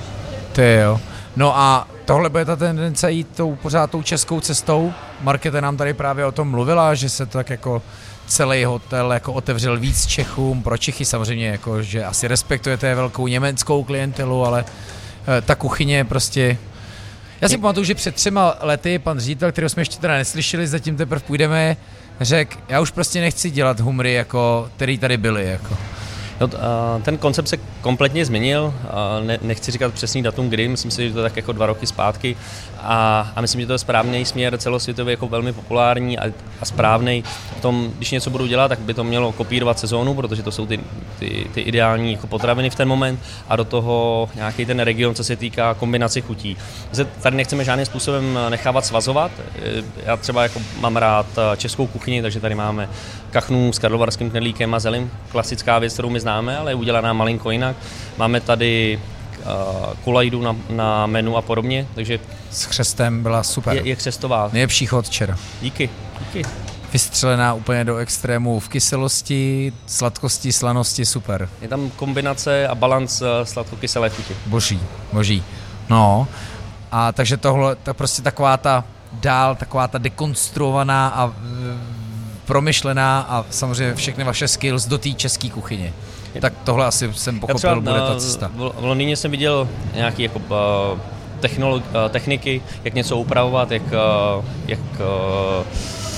Ty jo. No a tohle bude ta tendence jít tou, pořád tou českou cestou. Markéta nám tady právě o tom mluvila, že se to tak jako celý hotel jako otevřel víc Čechům, pro Čechy samozřejmě, jako, že asi respektujete velkou německou klientelu, ale e, ta kuchyně prostě... Já si pamatuju, že před třema lety pan ředitel, kterého jsme ještě teda neslyšeli, zatím teprve půjdeme, řekl, já už prostě nechci dělat humry, jako, který tady byly. Jako. No, ten koncept se kompletně změnil, ne, nechci říkat přesný datum kdy, myslím si, že to je tak jako dva roky zpátky a, a myslím, že to je správný směr, celosvětově jako velmi populární a, a správný. V tom, když něco budu dělat, tak by to mělo kopírovat sezónu, protože to jsou ty, ty, ty ideální jako potraviny v ten moment a do toho nějaký ten region, co se týká kombinace chutí. Tady nechceme žádným způsobem nechávat svazovat, já třeba jako mám rád českou kuchyni, takže tady máme kachnu s karlovarským knedlíkem a zelím, klasická věc, kterou my známe, ale je udělaná malinko jinak. Máme tady uh, kulajdu na, na menu a podobně, takže... S chřestem byla super. Je, je křestová. Nejlepší chod včera. Díky, díky. Vystřelená úplně do extrému v kyselosti, sladkosti, slanosti, super. Je tam kombinace a balans sladko-kyselé chuti. Boží, boží. No, a takže tohle, tak prostě taková ta dál, taková ta dekonstruovaná a promyšlená a samozřejmě všechny vaše skills do té české kuchyně. Tak tohle asi jsem pochopil, třeba, bude ta cesta. V Londýně jsem viděl nějaké jako, uh, technolo- uh, techniky, jak něco upravovat, jak, uh, jak uh,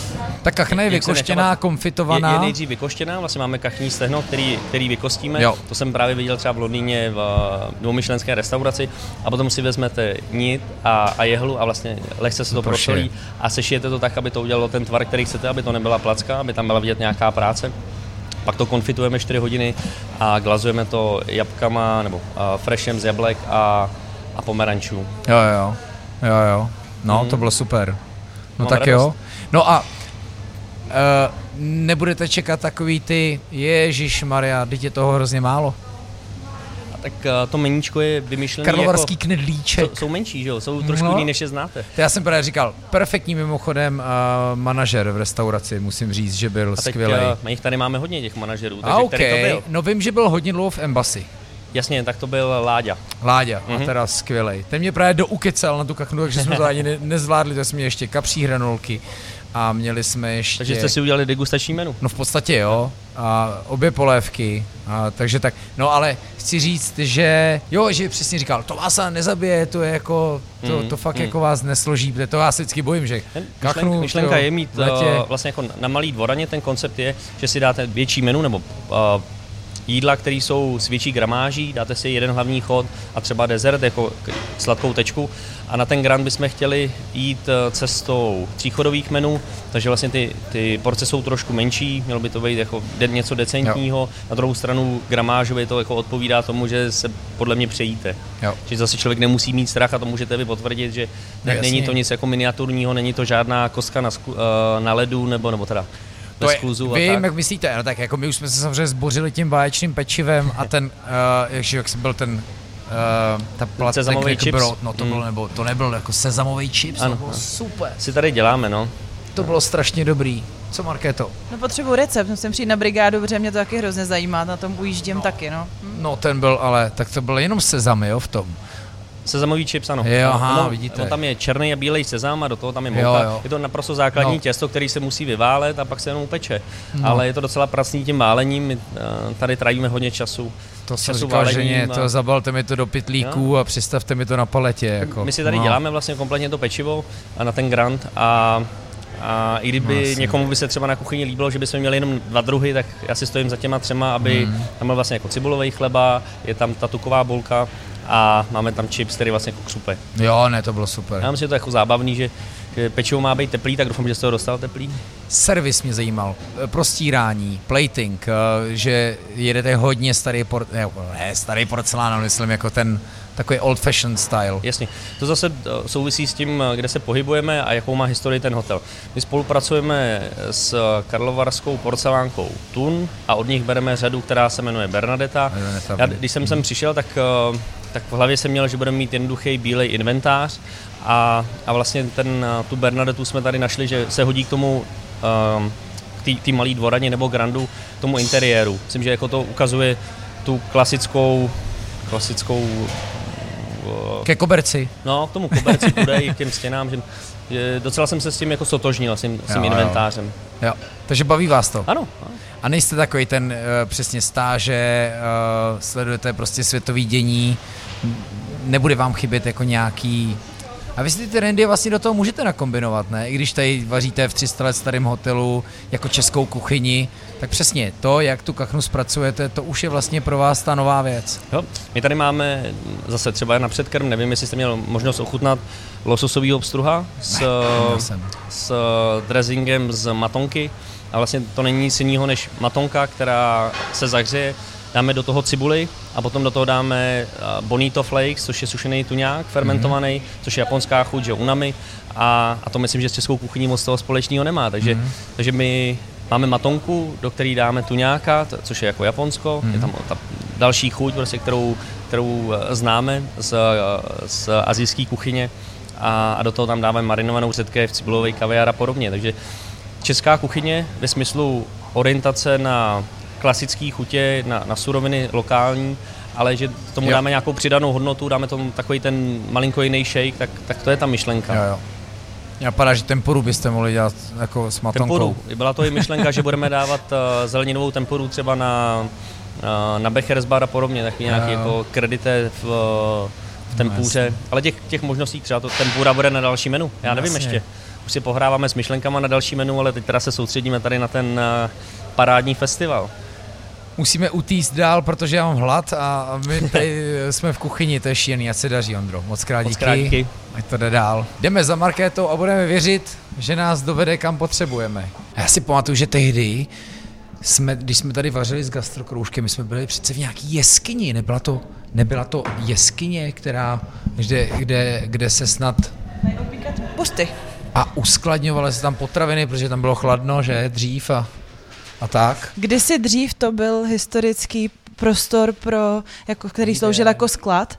Ta kachna je vykoštěná, konfitovaná. Je, je nejdřív vykoštěná, vlastně máme kachní stehno, který, který vykostíme. Jo. To jsem právě viděl třeba v Londýně v dvoumyšlenské restauraci. A potom si vezmete nit a, a jehlu a vlastně lehce se to prosolí a sešijete to tak, aby to udělalo ten tvar, který chcete, aby to nebyla placka, aby tam byla vidět nějaká práce. Pak to konfitujeme čtyři hodiny a glazujeme to jabkama nebo uh, freshem z jablek a, a pomerančů. Jo, jo, jo, jo. No, mm. to bylo super. No Mám tak radost. jo. No a uh, nebudete čekat takový ty, ježišmarja, teď je toho hrozně málo. A tak uh, to meníčko je vymyšlené Karlovarský jako, knedlíček. Jsou, jsou menší, že jo? Jsou trošku No. jiný, než je znáte. To já jsem právě říkal, perfektní mimochodem uh, manažer v restauraci, musím říct, že byl A teď skvělej. uh, my jich tady máme hodně těch manažerů, takže A který to okay. byl? No vím, že byl hodně dlouho v Embassy. Jasně, tak to byl Láďa. Láďa, Mhm. a teda skvělej. Ten mě právě doukecal na tu kachnu, takže jsme to ani ne- nezvládli, to jsme měli ještě kapří hranolky a měli jsme ještě... Takže jste si udělali degustační menu. No v podstatě jo, a obě polévky, a takže tak, no ale chci říct, že jo, že přesně říkal, to vás ale nezabije, to je jako, to, Mm, to fakt mm. jako vás nesloží, protože to já se vždycky bojím, že Myšlenka, kachnu, myšlenka tyjo, je mít v letě, uh, vlastně jako na malý dvoraně, ten koncept je, že si dáte větší menu nebo uh, jídla, které jsou s větší gramáží, dáte si jeden hlavní chod a třeba dezert jako k- sladkou tečku a na ten grand bychom chtěli jít uh, cestou tříchodových menů, takže vlastně ty, ty porce jsou trošku menší, mělo by to být jako de- něco decentního, jo. Na druhou stranu gramážově to jako odpovídá tomu, že se podle mě přejíte. jo. Že zase člověk nemusí mít strach a to můžete vy potvrdit, že No, ne, není jasně. to nic jako miniaturního, není to žádná kostka na, sku, uh, na ledu nebo, nebo teda To bez je, skluzu a vím, tak. jak myslíte, no tak jako my už jsme se samozřejmě zbořili tím báječným pečivem a ten, uh, jak, jak byl ten, uh, ta platek, Sezamový jako chips. bylo, no to Mm. bylo, nebo to nebyl jako sezamový chips, Ano, to bylo ano. super, Si tady děláme, no. to bylo strašně dobrý. Co, Markéto? No potřebuji recept, musím přijít na brigádu, protože mě to taky hrozně zajímá, na tom ujíždím no. taky, no. Hm. No ten byl, ale tak to byl jenom sezamy, jo, v tom. Sezamový chips, ano. Jo, aha, no, vidíte. No, tam je černý a bílej sezam a do toho tam je Jo, mouka. jo. Je to naprosto základní No. těsto, který se musí vyválet a pak se jenom upeče. No. Ale je to docela pracný tím válením, my uh, tady trávíme hodně času. To jsem času říkal, že válením mě, a- to zabalte mi to do pytlíků a přistavte mi to na paletě. Jako. My si tady no. děláme vlastně kompletně to pečivo a na ten grant a a i kdyby No, no, jasně. někomu by se třeba na kuchyni líbilo, že bychom měli jenom dva druhy, tak já si stojím za těma třema, aby Mm. tam byl vlastně jako cibulový chleba, je tam ta tuková bolka a máme tam chips, který vlastně jako křupe. Jo, ne, to bylo super. Já myslím, že to je jako zábavný, že, že pečivo má být teplý, tak doufám, že jste ho dostal teplý. Servis mě zajímal, E, prostírání, plating, e, že jedete hodně starý, por, ne, ne starý porcelán, ale myslím jako ten takový old fashion style. Jasně. To zase eh, souvisí s tím, eh, kde se pohybujeme a jakou má historii ten hotel. My spolupracujeme s karlovarskou porcelánkou Thun a od nich bereme řadu, která se jmenuje Bernadetta. Bernadetta. Já, když jsem sem přišel, tak, eh, tak v hlavě jsem měl, že budeme mít jednoduchý bílej inventář a, a vlastně ten, eh, tu Bernadettu jsme tady našli, že se hodí k tomu eh, k té malé dvoraně nebo grandu, k tomu interiéru. Myslím, že jako to ukazuje tu klasickou klasickou Ke koberci. No, k tomu koberci bude i k těm stěnám, že, že docela jsem se s tím jako sotožnil, s tím, s tím Jo, jo. inventářem. Jo. Takže baví vás to. Ano, ano. A nejste takový ten uh, přesně stáže, uh, sledujete prostě světový dění, n- nebude vám chybět jako nějaký... A vy si ty trendy vlastně do toho můžete nakombinovat, ne? I když tady vaříte v tři sta let starém hotelu jako českou kuchyni, tak přesně to, jak tu kachnu zpracujete, to už je vlastně pro vás ta nová věc. Jo. My tady máme zase třeba na předkrm, nevím, jestli jste měl možnost ochutnat lososovýho obstruha s, Neměl jsem. s dressingem z matonky. A vlastně to není nic jiného než matonka, která se zahřeje. Dáme do toho cibuli a potom do toho dáme bonito flakes, což je sušený tuňák, fermentovaný, mm-hmm. což je japonská chuť, že unami. A, a to myslím, že s českou kuchyní moc toho společného nemá. Takže, mm-hmm. takže my máme matonku, do které dáme tuňáka, t- což je jako Japonsko. Mm-hmm. Je tam ta další chuť, prostě, kterou, kterou známe z, z asijské kuchyně. A, a do toho tam dáme marinovanou řetkev, cibulový kaviár a podobně. Takže česká kuchyně ve smyslu orientace na klasické chutě, na, na suroviny lokální, ale že tomu Jo. dáme nějakou přidanou hodnotu, dáme tomu takový ten malinko jiný shake, tak, tak to je ta myšlenka. Jo, jo. Mně napadá, že tempuru byste mohli dělat jako s matonkou. Tempuru. Byla to i myšlenka, že budeme dávat uh, zeleninovou tempuru třeba na, uh, na Becher's bar a podobně, takový nějaký Jo. jako kredité v, v tempuře, jasně. ale těch, těch možností třeba to tempura bude na další menu, já nevím Jasně. ještě. už si pohráváme s myšlenkama na další menu, ale teď teda se soustředíme tady na ten parádní festival. Musíme utíct dál, protože já mám hlad a my tady jsme v kuchyni, to je šílený, ať se daří, Ondro. Moc krát díky, Moc krát díky. Ať to jde dál. Jdeme za Markétou a budeme věřit, že nás dovede kam potřebujeme. A já si pamatuju, že tehdy jsme, když jsme tady vařili s gastrokroužkem, my jsme byli přece v nějaký jeskyni, nebyla to, nebyla to jeskyně, která, kde, kde, kde se snad... Nejopíkat buřty. A uskladňovaly se tam potraviny, protože tam bylo chladno, že, dřív a, a tak. Kdysi dřív to byl historický prostor, pro, jako, který sloužil jako sklad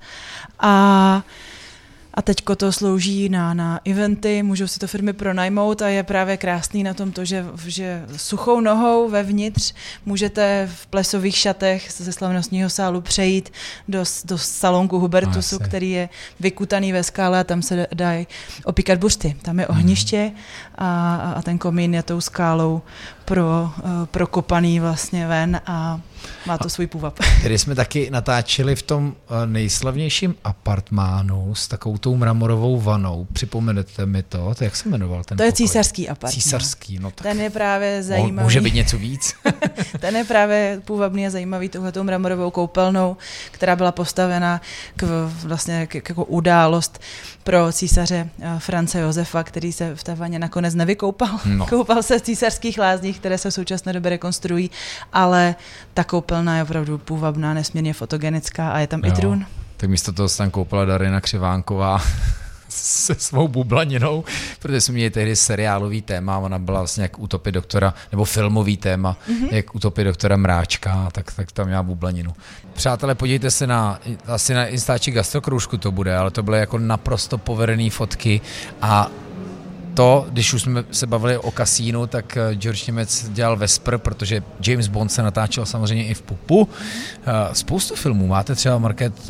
a A teďko to slouží na, na eventy, můžou si to firmy pronajmout a je právě krásný na tom to, že, že suchou nohou vevnitř můžete v plesových šatech ze slavnostního sálu přejít do, do salonku Hubertusu, Asi. který je vykutaný ve skále a tam se dají opíkat buřty. Tam je ohniště a, a ten komín je tou skálou pro, prokopaný vlastně ven a má to svůj půvab. Tady jsme taky natáčeli v tom nejslavnějším apartmánu s takovou tou mramorovou vanou. Připomenete mi to? To jak se jmenoval ten To je pokoj? císařský apartmán. Císařský, no tak. Ten je právě zajímavý. Může být něco víc? Ten je právě půvabný a zajímavý touhletou mramorovou koupelnou, která byla postavena k, vlastně k, jako událost pro císaře France Josefa, který se v té vaně nakonec nevykoupal. No. Koupal se v císařských lázních, které se v současné době rekonstruují, ale ta koupelna je opravdu půvabná, nesmírně fotogenická a je tam Jo. i trůn. Tak místo toho se tam koupila Darina Křivánková se svou bublaninou, protože jsme měli tehdy seriálový téma, ona byla vlastně jak Utopie doktora, nebo filmový téma, mm-hmm. jak Utopie doktora Mráčka, tak, tak tam měla bublaninu. Přátelé, podívejte se na, asi na Instači gastrokroužku to bude, ale to byly jako naprosto povedený fotky a to, když už jsme se bavili o kasínu, tak George Němec dělal Vesper, protože James Bond se natáčel samozřejmě i v Pupu. Spoustu filmů. Máte třeba, Market,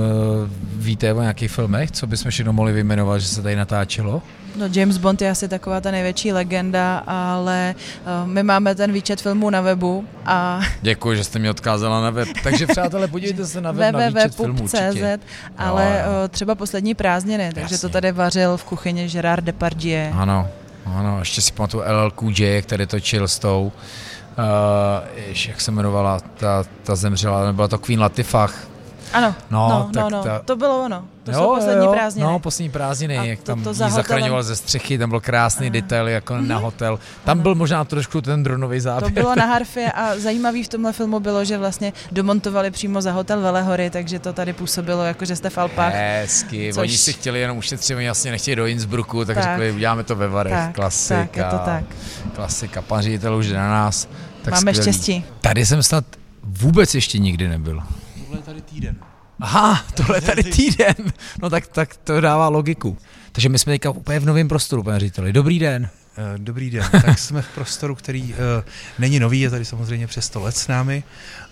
víte o nějakých filmech, co bychom všechno mohli vyjmenovat, že se tady natáčelo? No, James Bond je asi taková ta největší legenda, ale uh, my máme ten výčet filmů na webu a... Děkuji, že jste mě odkázala na web. Takže přátelé, podívejte se na web, na výčet filmů určitě. Ale jo, jo. Uh, třeba Poslední prázdniny, takže Jasně. to tady vařil v kuchyni Gerard Depardieu. Ano, ano, ještě si pamatuju L L Cool J, který točil s tou, uh, jež, jak se jmenovala, ta, ta zemřela, nebyla to Queen Latifah. Ano, No, no, tak no, no. ta- to bylo ono. To Jo, jsou Poslední jo, prázdniny. No, Poslední prázdniny, A jak to- tam to jí za hotelem- zachraňoval ze střechy, tam byl krásný Aha. detail jako Mhm. na hotel. Tam byl možná trošku ten dronový záběr. To bylo na harfě a zajímavý v tomhle filmu bylo, že vlastně domontovali přímo za hotel Velehory, takže to tady působilo jako, že jste v Alpách. Hezky, Což- oni si chtěli jenom ušetřit, oni jasně nechtěli do Innsbrucku, tak, Tak. řekli, uděláme to ve Varech, Tak, klasika. tak, je to tak. Klasika, pan ředitel už jde na nás. Tak Máme skvělý. štěstí. Tady jsem snad vůbec ještě nikdy nebyl. Tohle je tady týden. Aha, tohle je tady týden. No tak, tak to dává logiku. Takže my jsme teďka úplně v novém prostoru, pane řediteli. Dobrý den. Dobrý den. Tak jsme v prostoru, který uh, není nový, je tady samozřejmě přes sto let s námi,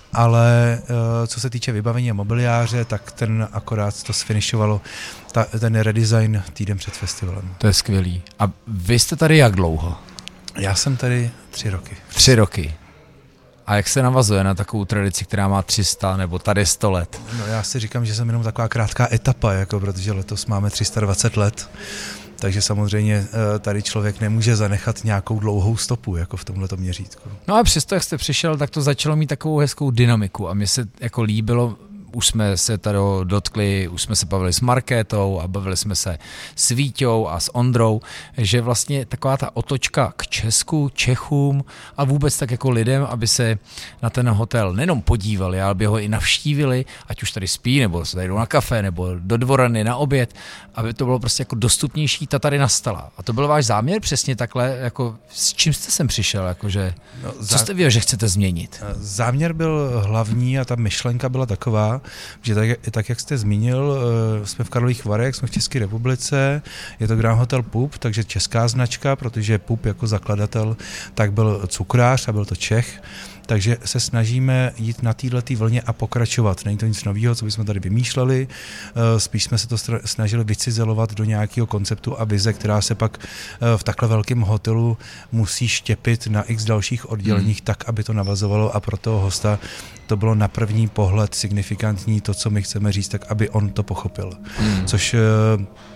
ale uh, co se týče vybavení a mobiliáře, tak ten akorát to sfinišovalo, ta, ten redesign týden před festivalem. To je skvělý. A vy jste tady jak dlouho? Já jsem tady tři roky. Tři roky. A jak se navazuje na takovou tradici, která má tři sta nebo tady sto let? No, já si říkám, že jsem jenom taková krátká etapa, jako, protože letos máme tři sta dvacet let, takže samozřejmě uh, tady člověk nemůže zanechat nějakou dlouhou stopu, jako v tomhleto měřítku. No a přesto, jak jste přišel, tak to začalo mít takovou hezkou dynamiku a mně se jako líbilo, už jsme se tady dotkli, už jsme se bavili s Markétou a bavili jsme se s Víťou a s Ondrou, že vlastně taková ta otočka k Česku, Čechům a vůbec tak jako lidem, aby se na ten hotel nejenom podívali, ale aby ho i navštívili, ať už tady spí, nebo se tady jdou na kafe, nebo do dvorany na oběd, aby to bylo prostě jako dostupnější, ta tady nastala. A to byl váš záměr přesně takhle, jako s čím jste sem přišel, jakože, No, co jste věděl, že chcete změnit? Záměr byl hlavní a ta myšlenka byla taková, že tak, tak jak jste zmínil, jsme v Karlových Varech, jsme v České republice, je to Grand Hotel Pup, takže česká značka, protože Pup jako zakladatel tak byl cukrář a byl to Čech, takže se snažíme jít na této vlně a pokračovat. Není to nic nového, co bychom tady vymýšleli, spíš jsme se to snažili vycizelovat do nějakého konceptu a vize, která se pak v takhle velkém hotelu musí štěpit na x dalších odděleních, hmm. tak, aby to navazovalo a pro toho hosta to bylo na první pohled signifikantní to, co my chceme říct, tak aby on to pochopil. Hmm. Což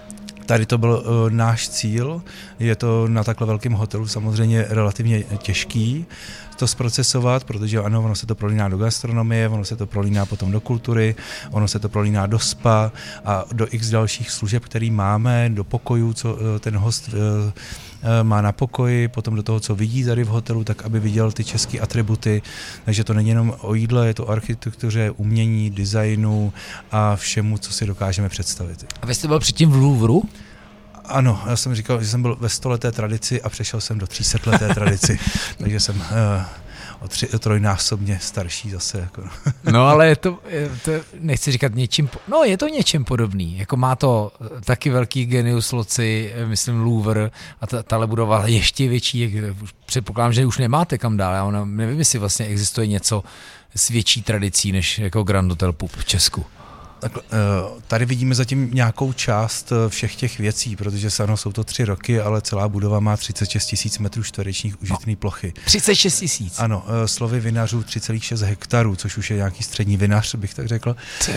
Tady to byl uh, náš cíl, je to na takhle velkém hotelu samozřejmě relativně těžký to zprocesovat, protože ano, ono se to prolíná do gastronomie, ono se to prolíná potom do kultury, ono se to prolíná do spa a do x dalších služeb, který máme, do pokojů, co uh, ten host uh, má na pokoji, potom do toho, co vidí tady v hotelu, tak aby viděl ty české atributy. Takže to není jenom o jídle, je to o architektuře, umění, designu a všemu, co si dokážeme představit. A vy jste byl předtím v Louvru? Ano, já jsem říkal, že jsem byl ve stoleté tradici a přešel jsem do třísetleté tradici, takže jsem uh, o, tři, o trojnásobně starší zase. Jako. No ale je to, je to, nechci říkat něčím, no je to něčem podobný, jako má to taky velký genius loci, myslím Louvre a ta, tahle budova ještě větší, jak, předpokládám, že už nemáte kam dál, já nevím, jestli vlastně existuje něco s větší tradicí než jako Grand Hotel Pup v Česku. Tak, tady vidíme zatím nějakou část všech těch věcí, protože ano, jsou to tři roky, ale celá budova má třicet šest tisíc metrů čtverečních užitné plochy. třicet šest tisíc? Ano, slovy vinařů tři celá šest hektarů, což už je nějaký střední vinař, bych tak řekl. Ty.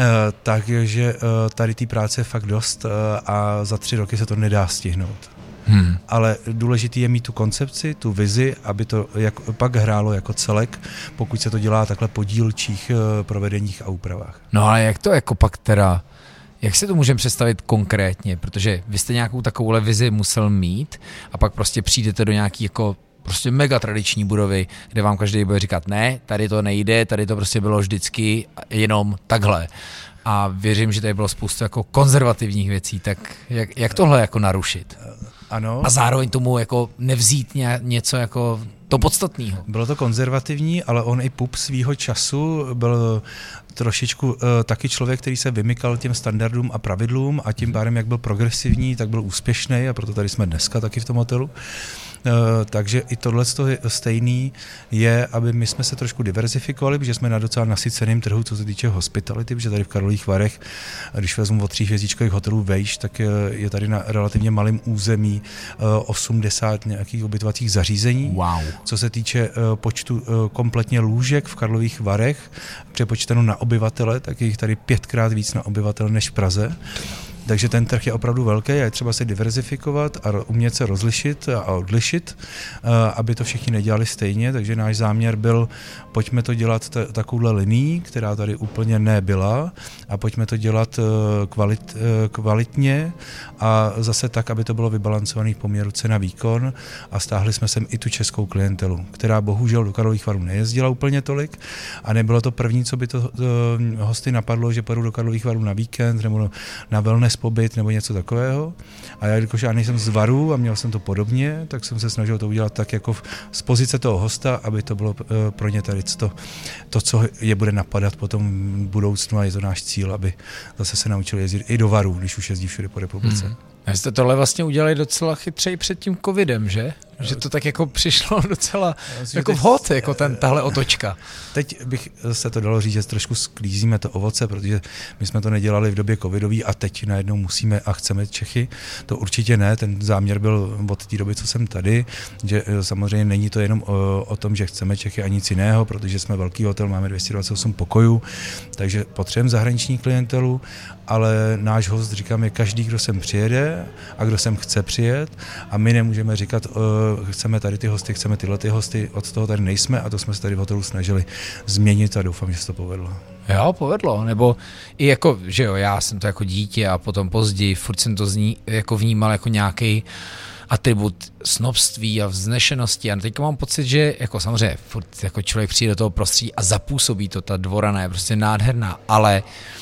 Takže tady té práce je fakt dost a za tři roky se to nedá stihnout. Hmm. Ale důležitý je mít tu koncepci, tu vizi, aby to jak, pak hrálo jako celek, pokud se to dělá takhle po dílčích uh, provedeních a úpravách. No ale jak to jako pak teda, jak si to můžeme představit konkrétně, protože vy jste nějakou takovouhle vizi musel mít a pak prostě přijdete do nějaký jako prostě mega tradiční budovy, kde vám každý bude říkat ne, tady to nejde, tady to prostě bylo vždycky jenom takhle. A věřím, že tady bylo spoustu jako konzervativních věcí, tak jak, jak tohle jako narušit? Ano. A zároveň tomu jako nevzít ně, něco jako to podstatného. Bylo to konzervativní, ale on i Pup svýho času byl trošičku uh, taky člověk, který se vymykal těm standardům a pravidlům a tím pádem, jak byl progresivní, tak byl úspěšný a proto tady jsme dneska taky v tom hotelu. Uh, takže i tohle je stejný je, aby my jsme se trošku diverzifikovali, protože jsme na docela nasyceném trhu, co se týče hospitality, protože tady v Karlových Varech, když vezmu od tří hvězdičkových hotelů vejš, tak je tady na relativně malém území uh, osmdesát nějakých ubytovacích zařízení. Wow. Co se týče uh, počtu uh, kompletně lůžek v Karlových Varech, přepočteno na obyvatele, tak je jich tady pětkrát víc na obyvatele než v Praze. Takže ten trh je opravdu velký a je třeba se diverzifikovat a umět se rozlišit a odlišit, aby to všichni nedělali stejně. Takže náš záměr byl, pojďme to dělat t- takovouhle linií, která tady úplně nebyla a pojďme to dělat kvalit, kvalitně a zase tak, aby to bylo vybalancované v poměru cena-výkon a stáhli jsme sem i tu českou klientelu, která bohužel do Karlových Varů nejezdila úplně tolik a nebylo to první, co by to, to hosty napadlo, že pojedou do Karlových Varů na víkend nebo na wellness pobyt nebo něco takového. A já, jakož já nejsem z Varů a měl jsem to podobně, tak jsem se snažil to udělat tak jako v, z pozice toho hosta, aby to bylo uh, pro ně tady to, to, co je bude napadat potom v budoucnu a je to náš cíl, aby zase se naučili jezdit i do Varů, když už jezdí všude po republice. Hmm. A jste tohle vlastně udělali docela chytřeji před tím covidem, že? Že to tak jako přišlo docela myslím, jako vhod, jako ten, tahle otočka. Teď bych se to dalo říct, že trošku sklízíme to ovoce, protože my jsme to nedělali v době covidový a teď najednou musíme a chceme Čechy. To určitě ne, ten záměr byl od té doby, co jsem tady, že samozřejmě není to jenom o, o tom, že chceme Čechy a nic jiného, protože jsme velký hotel, máme dvě stě dvacet osm pokojů, takže potřebujeme zahraniční klientelu, ale náš host, říkám, je každý, kdo sem přijede a kdo sem chce přijet a my nemůžeme říkat, chceme tady ty hosty, chceme tyhle ty hosty, od toho tady nejsme a to jsme se tady v hotelu snažili změnit a doufám, že se to povedlo. Jo, povedlo, nebo i jako, že jo, já jsem to jako dítě a potom později, furt jsem to zní, jako vnímal jako nějaký atribut snobství a vznešenosti a teď mám pocit, že jako samozřejmě furt jako člověk přijde do toho prostředí a zapůsobí to, ta dvorana je prostě nádherná, ale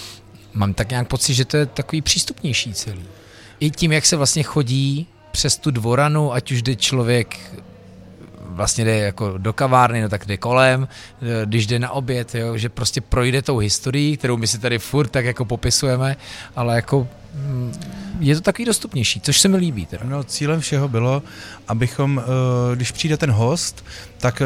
mám tak nějak pocit, že to je takový přístupnější celý. I tím, jak se vlastně chodí přes tu dvoranu, ať už jde člověk vlastně jde jako do kavárny, no tak jde kolem, když jde na oběd, jo, že prostě projde tou historií, kterou my si tady furt tak jako popisujeme, ale jako je to takový dostupnější, což se mi líbí. Teda. No, cílem všeho bylo, abychom, když přijde ten host, tak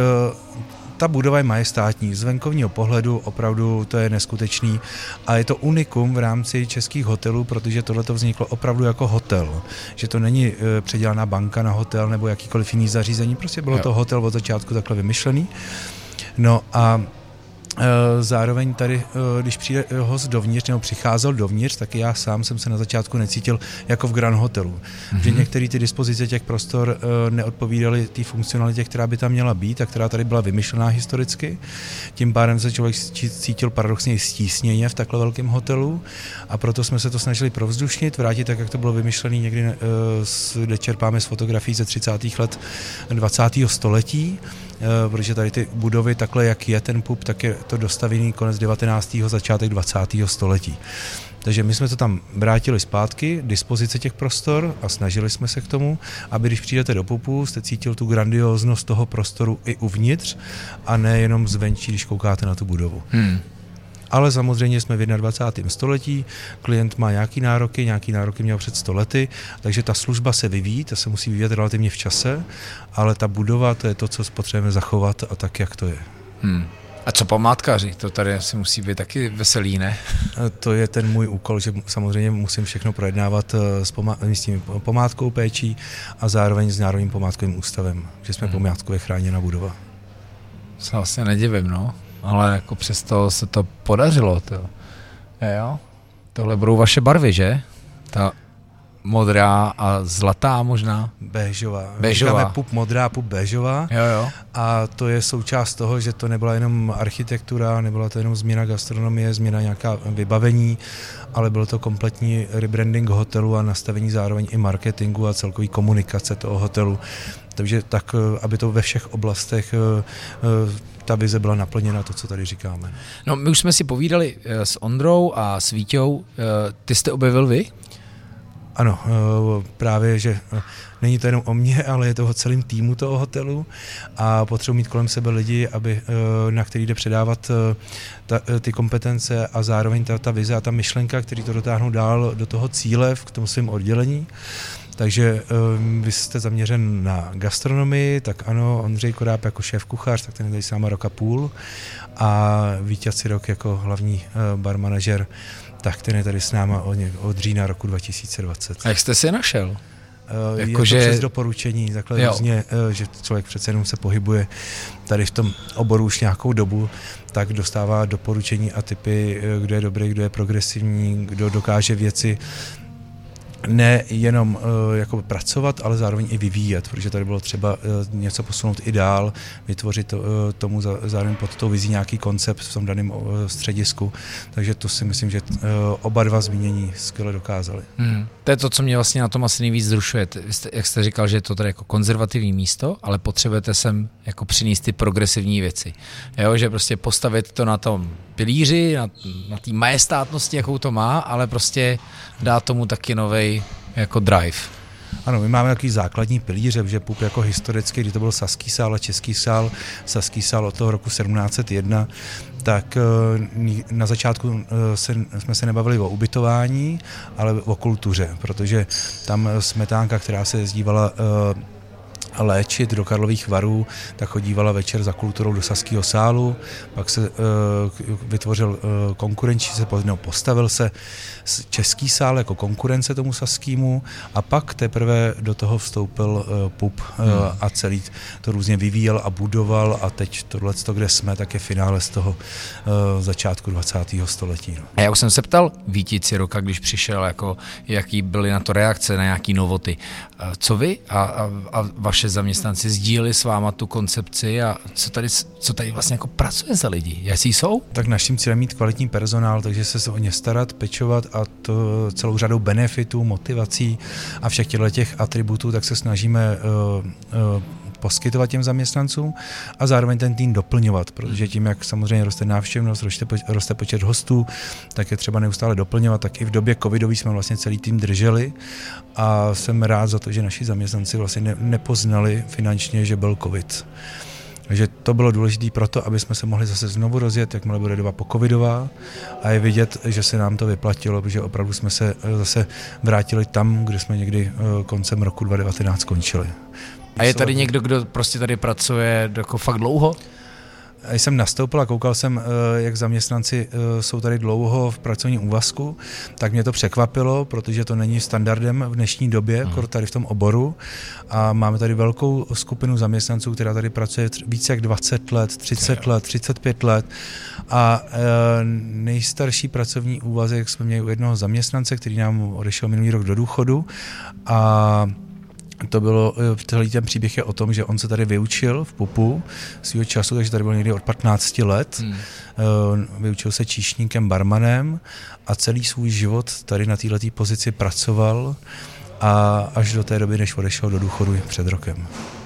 ta budova je majestátní, z venkovního pohledu opravdu to je neskutečný a je to unikum v rámci českých hotelů, protože tohleto vzniklo opravdu jako hotel, že to není e, předělaná banka na hotel nebo jakýkoliv jiný zařízení, prostě bylo jo. to hotel od začátku takhle vymyšlený. No a Zároveň tady, když přijde host dovnitř, nebo přicházel dovnitř, tak já sám jsem se na začátku necítil jako v Grand Hotelu. Mm-hmm. Že některé ty dispozice těch prostor neodpovídaly té funkcionalitě, která by tam měla být a která tady byla vymyšlená historicky. Tím pádem se člověk cítil paradoxně stísněně v takhle velkém hotelu a proto jsme se to snažili provzdušnit, vrátit tak, jak to bylo vymyšlené někdy, kde čerpáme z fotografií ze třicátých let dvacátého století, protože tady ty budovy, takhle jak je ten pub, tak je to dostavěný konec devatenáctého začátek dvacátého století. Takže my jsme to tam vrátili zpátky, dispozice těch prostor a snažili jsme se k tomu, aby když přijdete do pubu, jste cítil tu grandióznost toho prostoru i uvnitř a ne jenom zvenčí, když koukáte na tu budovu. Hmm. Ale samozřejmě jsme v dvacátém prvním století, klient má nějaký nároky, nějaký nároky měl před sto lety, takže ta služba se vyvíjí, ta se musí vyvíjet relativně v čase, ale ta budova, to je to, co potřebujeme zachovat a tak, jak to je. Hmm. A co památkáři? To tady asi musí být taky veselý, ne? To je ten můj úkol, že samozřejmě musím všechno projednávat s místní památkou péčí a zároveň s Národním památkovým ústavem, že jsme hmm. památkově chráněná budova. Se vlastně nedivím, no. Ale jako přesto se to podařilo. To. Jo? Tohle budou vaše barvy, že? Ta modrá a zlatá možná? Béžová. Béžová. Říkáme pub modrá, pub béžová. Jo, jo. A to je součást toho, že to nebyla jenom architektura, nebyla to jenom změna gastronomie, změna nějaká vybavení, ale byl to kompletní rebranding hotelu a nastavení zároveň i marketingu a celkový komunikace toho hotelu. Takže tak, aby to ve všech oblastech ta vize byla naplněna, to, co tady říkáme. No, my už jsme si povídali s Ondrou a s Víťou. Ty jste objevil vy? Ano, právě, že není to jenom o mně, ale je to o celém týmu toho hotelu a potřebuji mít kolem sebe lidi, aby, na který jde předávat ta, ty kompetence a zároveň ta, ta vize a ta myšlenka, který to dotáhnou dál do toho cíle v tom svém oddělení. Takže um, vy jste zaměřen na gastronomii, tak ano, Ondřej Kodáb jako šéf kuchař, tak ten je tady s náma rok a půl a Víťa Cirok jako hlavní uh, bar manažer, tak ten je tady s náma od, od října roku dva tisíce dvacet. A jak jste si našel? Uh, jako je to že... přes doporučení, takhle jo. Různě, uh, že člověk přece jenom se pohybuje tady v tom oboru už nějakou dobu, tak dostává doporučení a tipy, uh, kdo je dobrý, kdo je progresivní, kdo dokáže věci ne jenom uh, jako pracovat, ale zároveň i vyvíjet, protože tady bylo třeba uh, něco posunout i dál, vytvořit uh, tomu za, zároveň pod tou vizí nějaký koncept v tom daném uh, středisku, takže to si myslím, že uh, oba dva zmínění skvěle dokázali. Hmm. To je to, co mě vlastně na tom asi nejvíc zrušuje. Jste, jak jste říkal, že je to tady jako konzervativní místo, ale potřebujete sem jako přinést ty progresivní věci. Jo, že prostě postavit to na tom pilíři, na, na té majestátnosti, jakou to má, ale prostě dát tomu taky novej jako drive. Ano, my máme takový základní pilíře, že pub jako historicky, kdy to byl Saský sál a Český sál, Saský sál od toho roku sedmnáct set jedna, tak na začátku se, jsme se nebavili o ubytování, ale o kultuře, protože tam Smetánka, která se jezdívala léčit do Karlových Varů, tak chodívala večer za kulturou do Saského sálu, pak se uh, vytvořil uh, konkurenční, se no, postavil se Český sál jako konkurence tomu Saskému a pak teprve do toho vstoupil uh, pub uh, hmm. a celý to různě vyvíjel a budoval a teď tohleto, kde jsme, tak je finále z toho uh, začátku dvacátého století. No. A já už jsem se ptal Víti Ciroka, když přišel, jako, jaký byly na to reakce, na nějaký novoty. Co vy a, a, a vaše zaměstnanci sdíleli s váma tu koncepci a co tady, co tady vlastně jako pracuje za lidi? Jaký jsou? Tak naším cílem mít kvalitní personál, takže se o ně starat, pečovat a to celou řadou benefitů, motivací a všech těchto těch atributů, tak se snažíme uh, uh, poskytovat těm zaměstnancům a zároveň ten tým doplňovat, protože tím, jak samozřejmě roste návštěvnost, roste, roste počet hostů, tak je třeba neustále doplňovat, tak i v době covidový jsme vlastně celý tým drželi a jsem rád za to, že naši zaměstnanci vlastně ne, nepoznali finančně, že byl covid. Takže to bylo důležité proto, aby jsme se mohli zase znovu rozjet, jakmile bude doba pocovidová a je vidět, že se nám to vyplatilo, protože opravdu jsme se zase vrátili tam, kde jsme někdy koncem roku dva tisíce devatenáct skončili. A je tady někdo, kdo prostě tady pracuje jako fakt dlouho? Když jsem nastoupil a koukal jsem, jak zaměstnanci jsou tady dlouho v pracovním úvazku, tak mě to překvapilo, protože to není standardem v dnešní době, hmm. tady v tom oboru. A máme tady velkou skupinu zaměstnanců, která tady pracuje více jak dvacet let, třicet let, třicet pět let. A nejstarší pracovní úvazek jsme měli u jednoho zaměstnance, který nám odešel minulý rok do důchodu. A to bylo, celý ten příběh je o tom, že on se tady vyučil v pupu svýho času, takže tady byl někdy od patnácti let. Hmm. Vyučil se číšníkem, barmanem a celý svůj život tady na této pozici pracoval a až do té doby, než odešel do důchodu před rokem.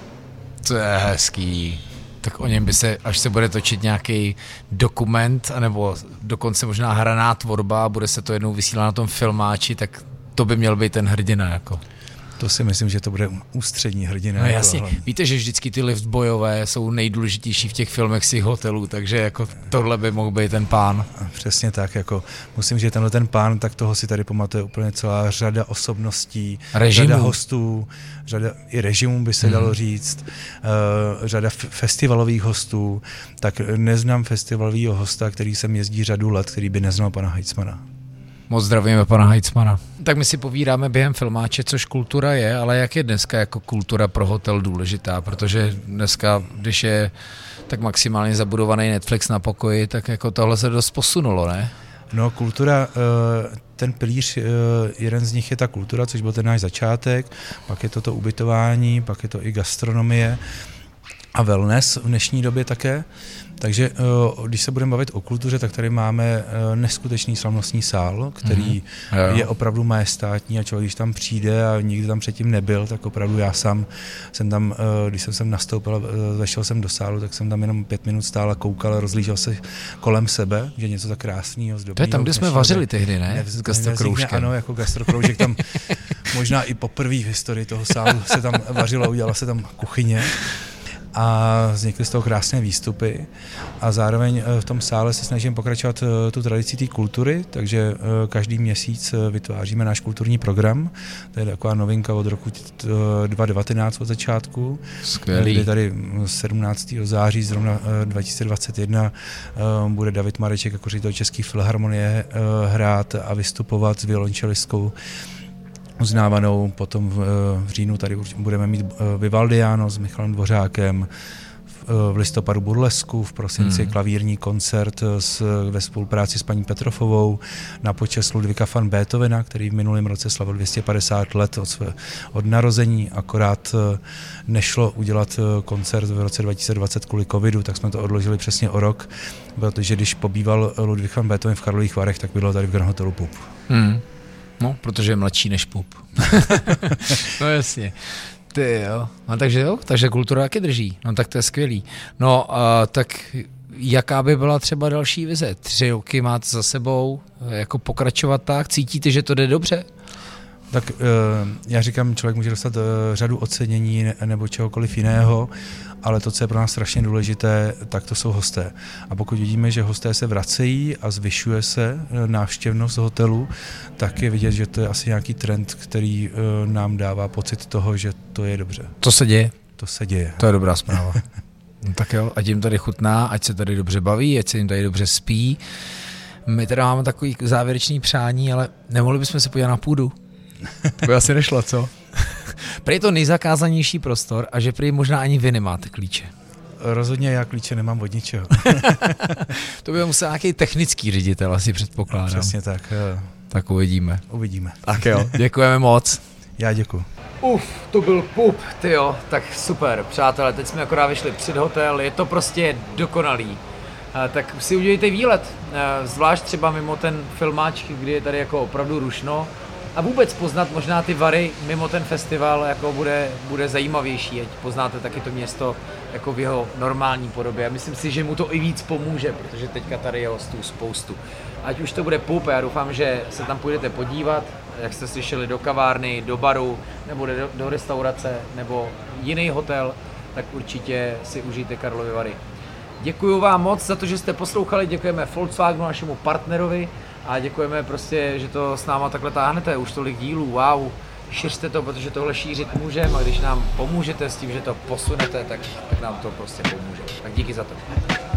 To je hezký. Tak o něm by se, až se bude točit nějaký dokument, anebo dokonce možná hraná tvorba a bude se to jednou vysílat na tom filmáči, tak to by měl být ten hrdina, jako. To si myslím, že to bude ústřední hrdina. No jasně, hlavně. Víte, že vždycky ty liftbojové jsou nejdůležitější v těch filmech z těch hotelů, takže jako tohle by mohl být ten pán. Přesně tak, jako musím, že tenhle ten pán, tak toho si tady pamatuje úplně celá řada osobností, režimu. Řada hostů, řada i režimů by se hmm. dalo říct, uh, řada f- festivalových hostů, tak neznám festivalového hosta, který sem jezdí řadu let, který by neznal pana Heitzmana. Moc zdravíme pana Heitzmana. Tak my si povídáme během filmáče, což kultura je, ale jak je dneska jako kultura pro hotel důležitá, protože dneska, když je tak maximálně zabudovaný Netflix na pokoji, tak jako tohle se dost posunulo, ne? No, kultura, ten pilíř, jeden z nich je ta kultura, což byl ten náš začátek, pak je to to ubytování, pak je to i gastronomie a wellness v dnešní době také. Takže když se budeme bavit o kultuře, tak tady máme neskutečný slavnostní sál, který mm-hmm. je opravdu majestátní a člověk, když tam přijde a nikdy tam předtím nebyl, tak opravdu já sám jsem tam, když jsem sem nastoupil a zašel jsem do sálu, tak jsem tam jenom pět minut stál a koukal a rozlížel se kolem sebe, že něco tak krásného, zdobného. To je tam, kde jsme vařili tehdy, ne? S gastrokroužkem. Ano, jako gastrokroužek tam možná i poprvé v historii toho sálu se tam vařilo, udělala se tam kuchyně. A vznikly z toho krásné výstupy a zároveň v tom sále se snažím pokračovat tu tradici té kultury, takže každý měsíc vytváříme náš kulturní program, to je taková novinka od roku dva tisíce devatenáct od začátku. Skvělý. Kdy tady sedmnáctého září zrovna dva tisíce dvacet jedna bude David Mareček jako ředitel České filharmonie hrát a vystupovat s violončelistkou uznávanou, potom v, v říjnu tady budeme mít Vivaldiano s Michalem Dvořákem, v, v listopadu burlesku, v prosinci hmm. klavírní koncert s, ve spolupráci s paní Petrofovou na počest Ludvíka van Beethovena, který v minulém roce slavil dvě stě padesát let od, své, od narození, akorát nešlo udělat koncert v roce dva tisíce dvacet kvůli covidu, tak jsme to odložili přesně o rok, protože když pobýval Ludvík van Beethoven v Karlových Varech, tak bylo tady v Grand Hotelu Pup. Hmm. No, protože je mladší než Pup. No jasně. Ty jo. No takže jo, takže kultura taky drží. No tak to je skvělý. No a tak jaká by byla třeba další vize? Tři roky máte za sebou, jako pokračovat tak? Cítíte, že to jde dobře? Tak já říkám, člověk může dostat řadu ocenění nebo čehokoliv jiného, ale to, co je pro nás strašně důležité, tak to jsou hosté. A pokud vidíme, že hosté se vracejí a zvyšuje se návštěvnost hotelu, tak je vidět, že to je asi nějaký trend, který nám dává pocit toho, že to je dobře. To se děje? To se děje. To je dobrá zpráva. No tak jo, ať jim tady chutná, ať se tady dobře baví, ať se jim tady dobře spí. My teda máme takový závěrečný přání, ale nemohli bychom se podívat na půdu. To by asi nešlo, co? Prý je to nejzakázanější prostor a že prý možná ani vy nemáte klíče. Rozhodně já klíče nemám od ničeho. To by musel nějaký technický ředitel, asi předpokládám. Přesně tak. Tak uvidíme. Uvidíme. Tak jo, děkujeme moc. Já děkuju. Uf, to byl Pup, tyjo, tak super, přátelé, teď jsme akorát vyšli před hotel, je to prostě dokonalý. Tak si udělejte výlet, zvlášť třeba mimo ten filmáč, kdy je tady jako opravdu rušno, a vůbec poznat možná ty Vary mimo ten festival jako bude, bude zajímavější, ať poznáte taky to město jako v jeho normální podobě. Myslím si, že mu to i víc pomůže, protože teďka tady je hostů spoustu. Ať už to bude Pup, já doufám, že se tam půjdete podívat, jak jste slyšeli, do kavárny, do baru, nebo do, do restaurace, nebo jiný hotel, tak určitě si užijte Karlovy Vary. Děkuju vám moc za to, že jste poslouchali, děkujeme Volkswagenu, našemu partnerovi, a děkujeme prostě, že to s náma takhle táhnete, už tolik dílů, wow, šiřte to, protože tohle šířit můžeme a když nám pomůžete s tím, že to posunete, tak, tak nám to prostě pomůže. Tak díky za to.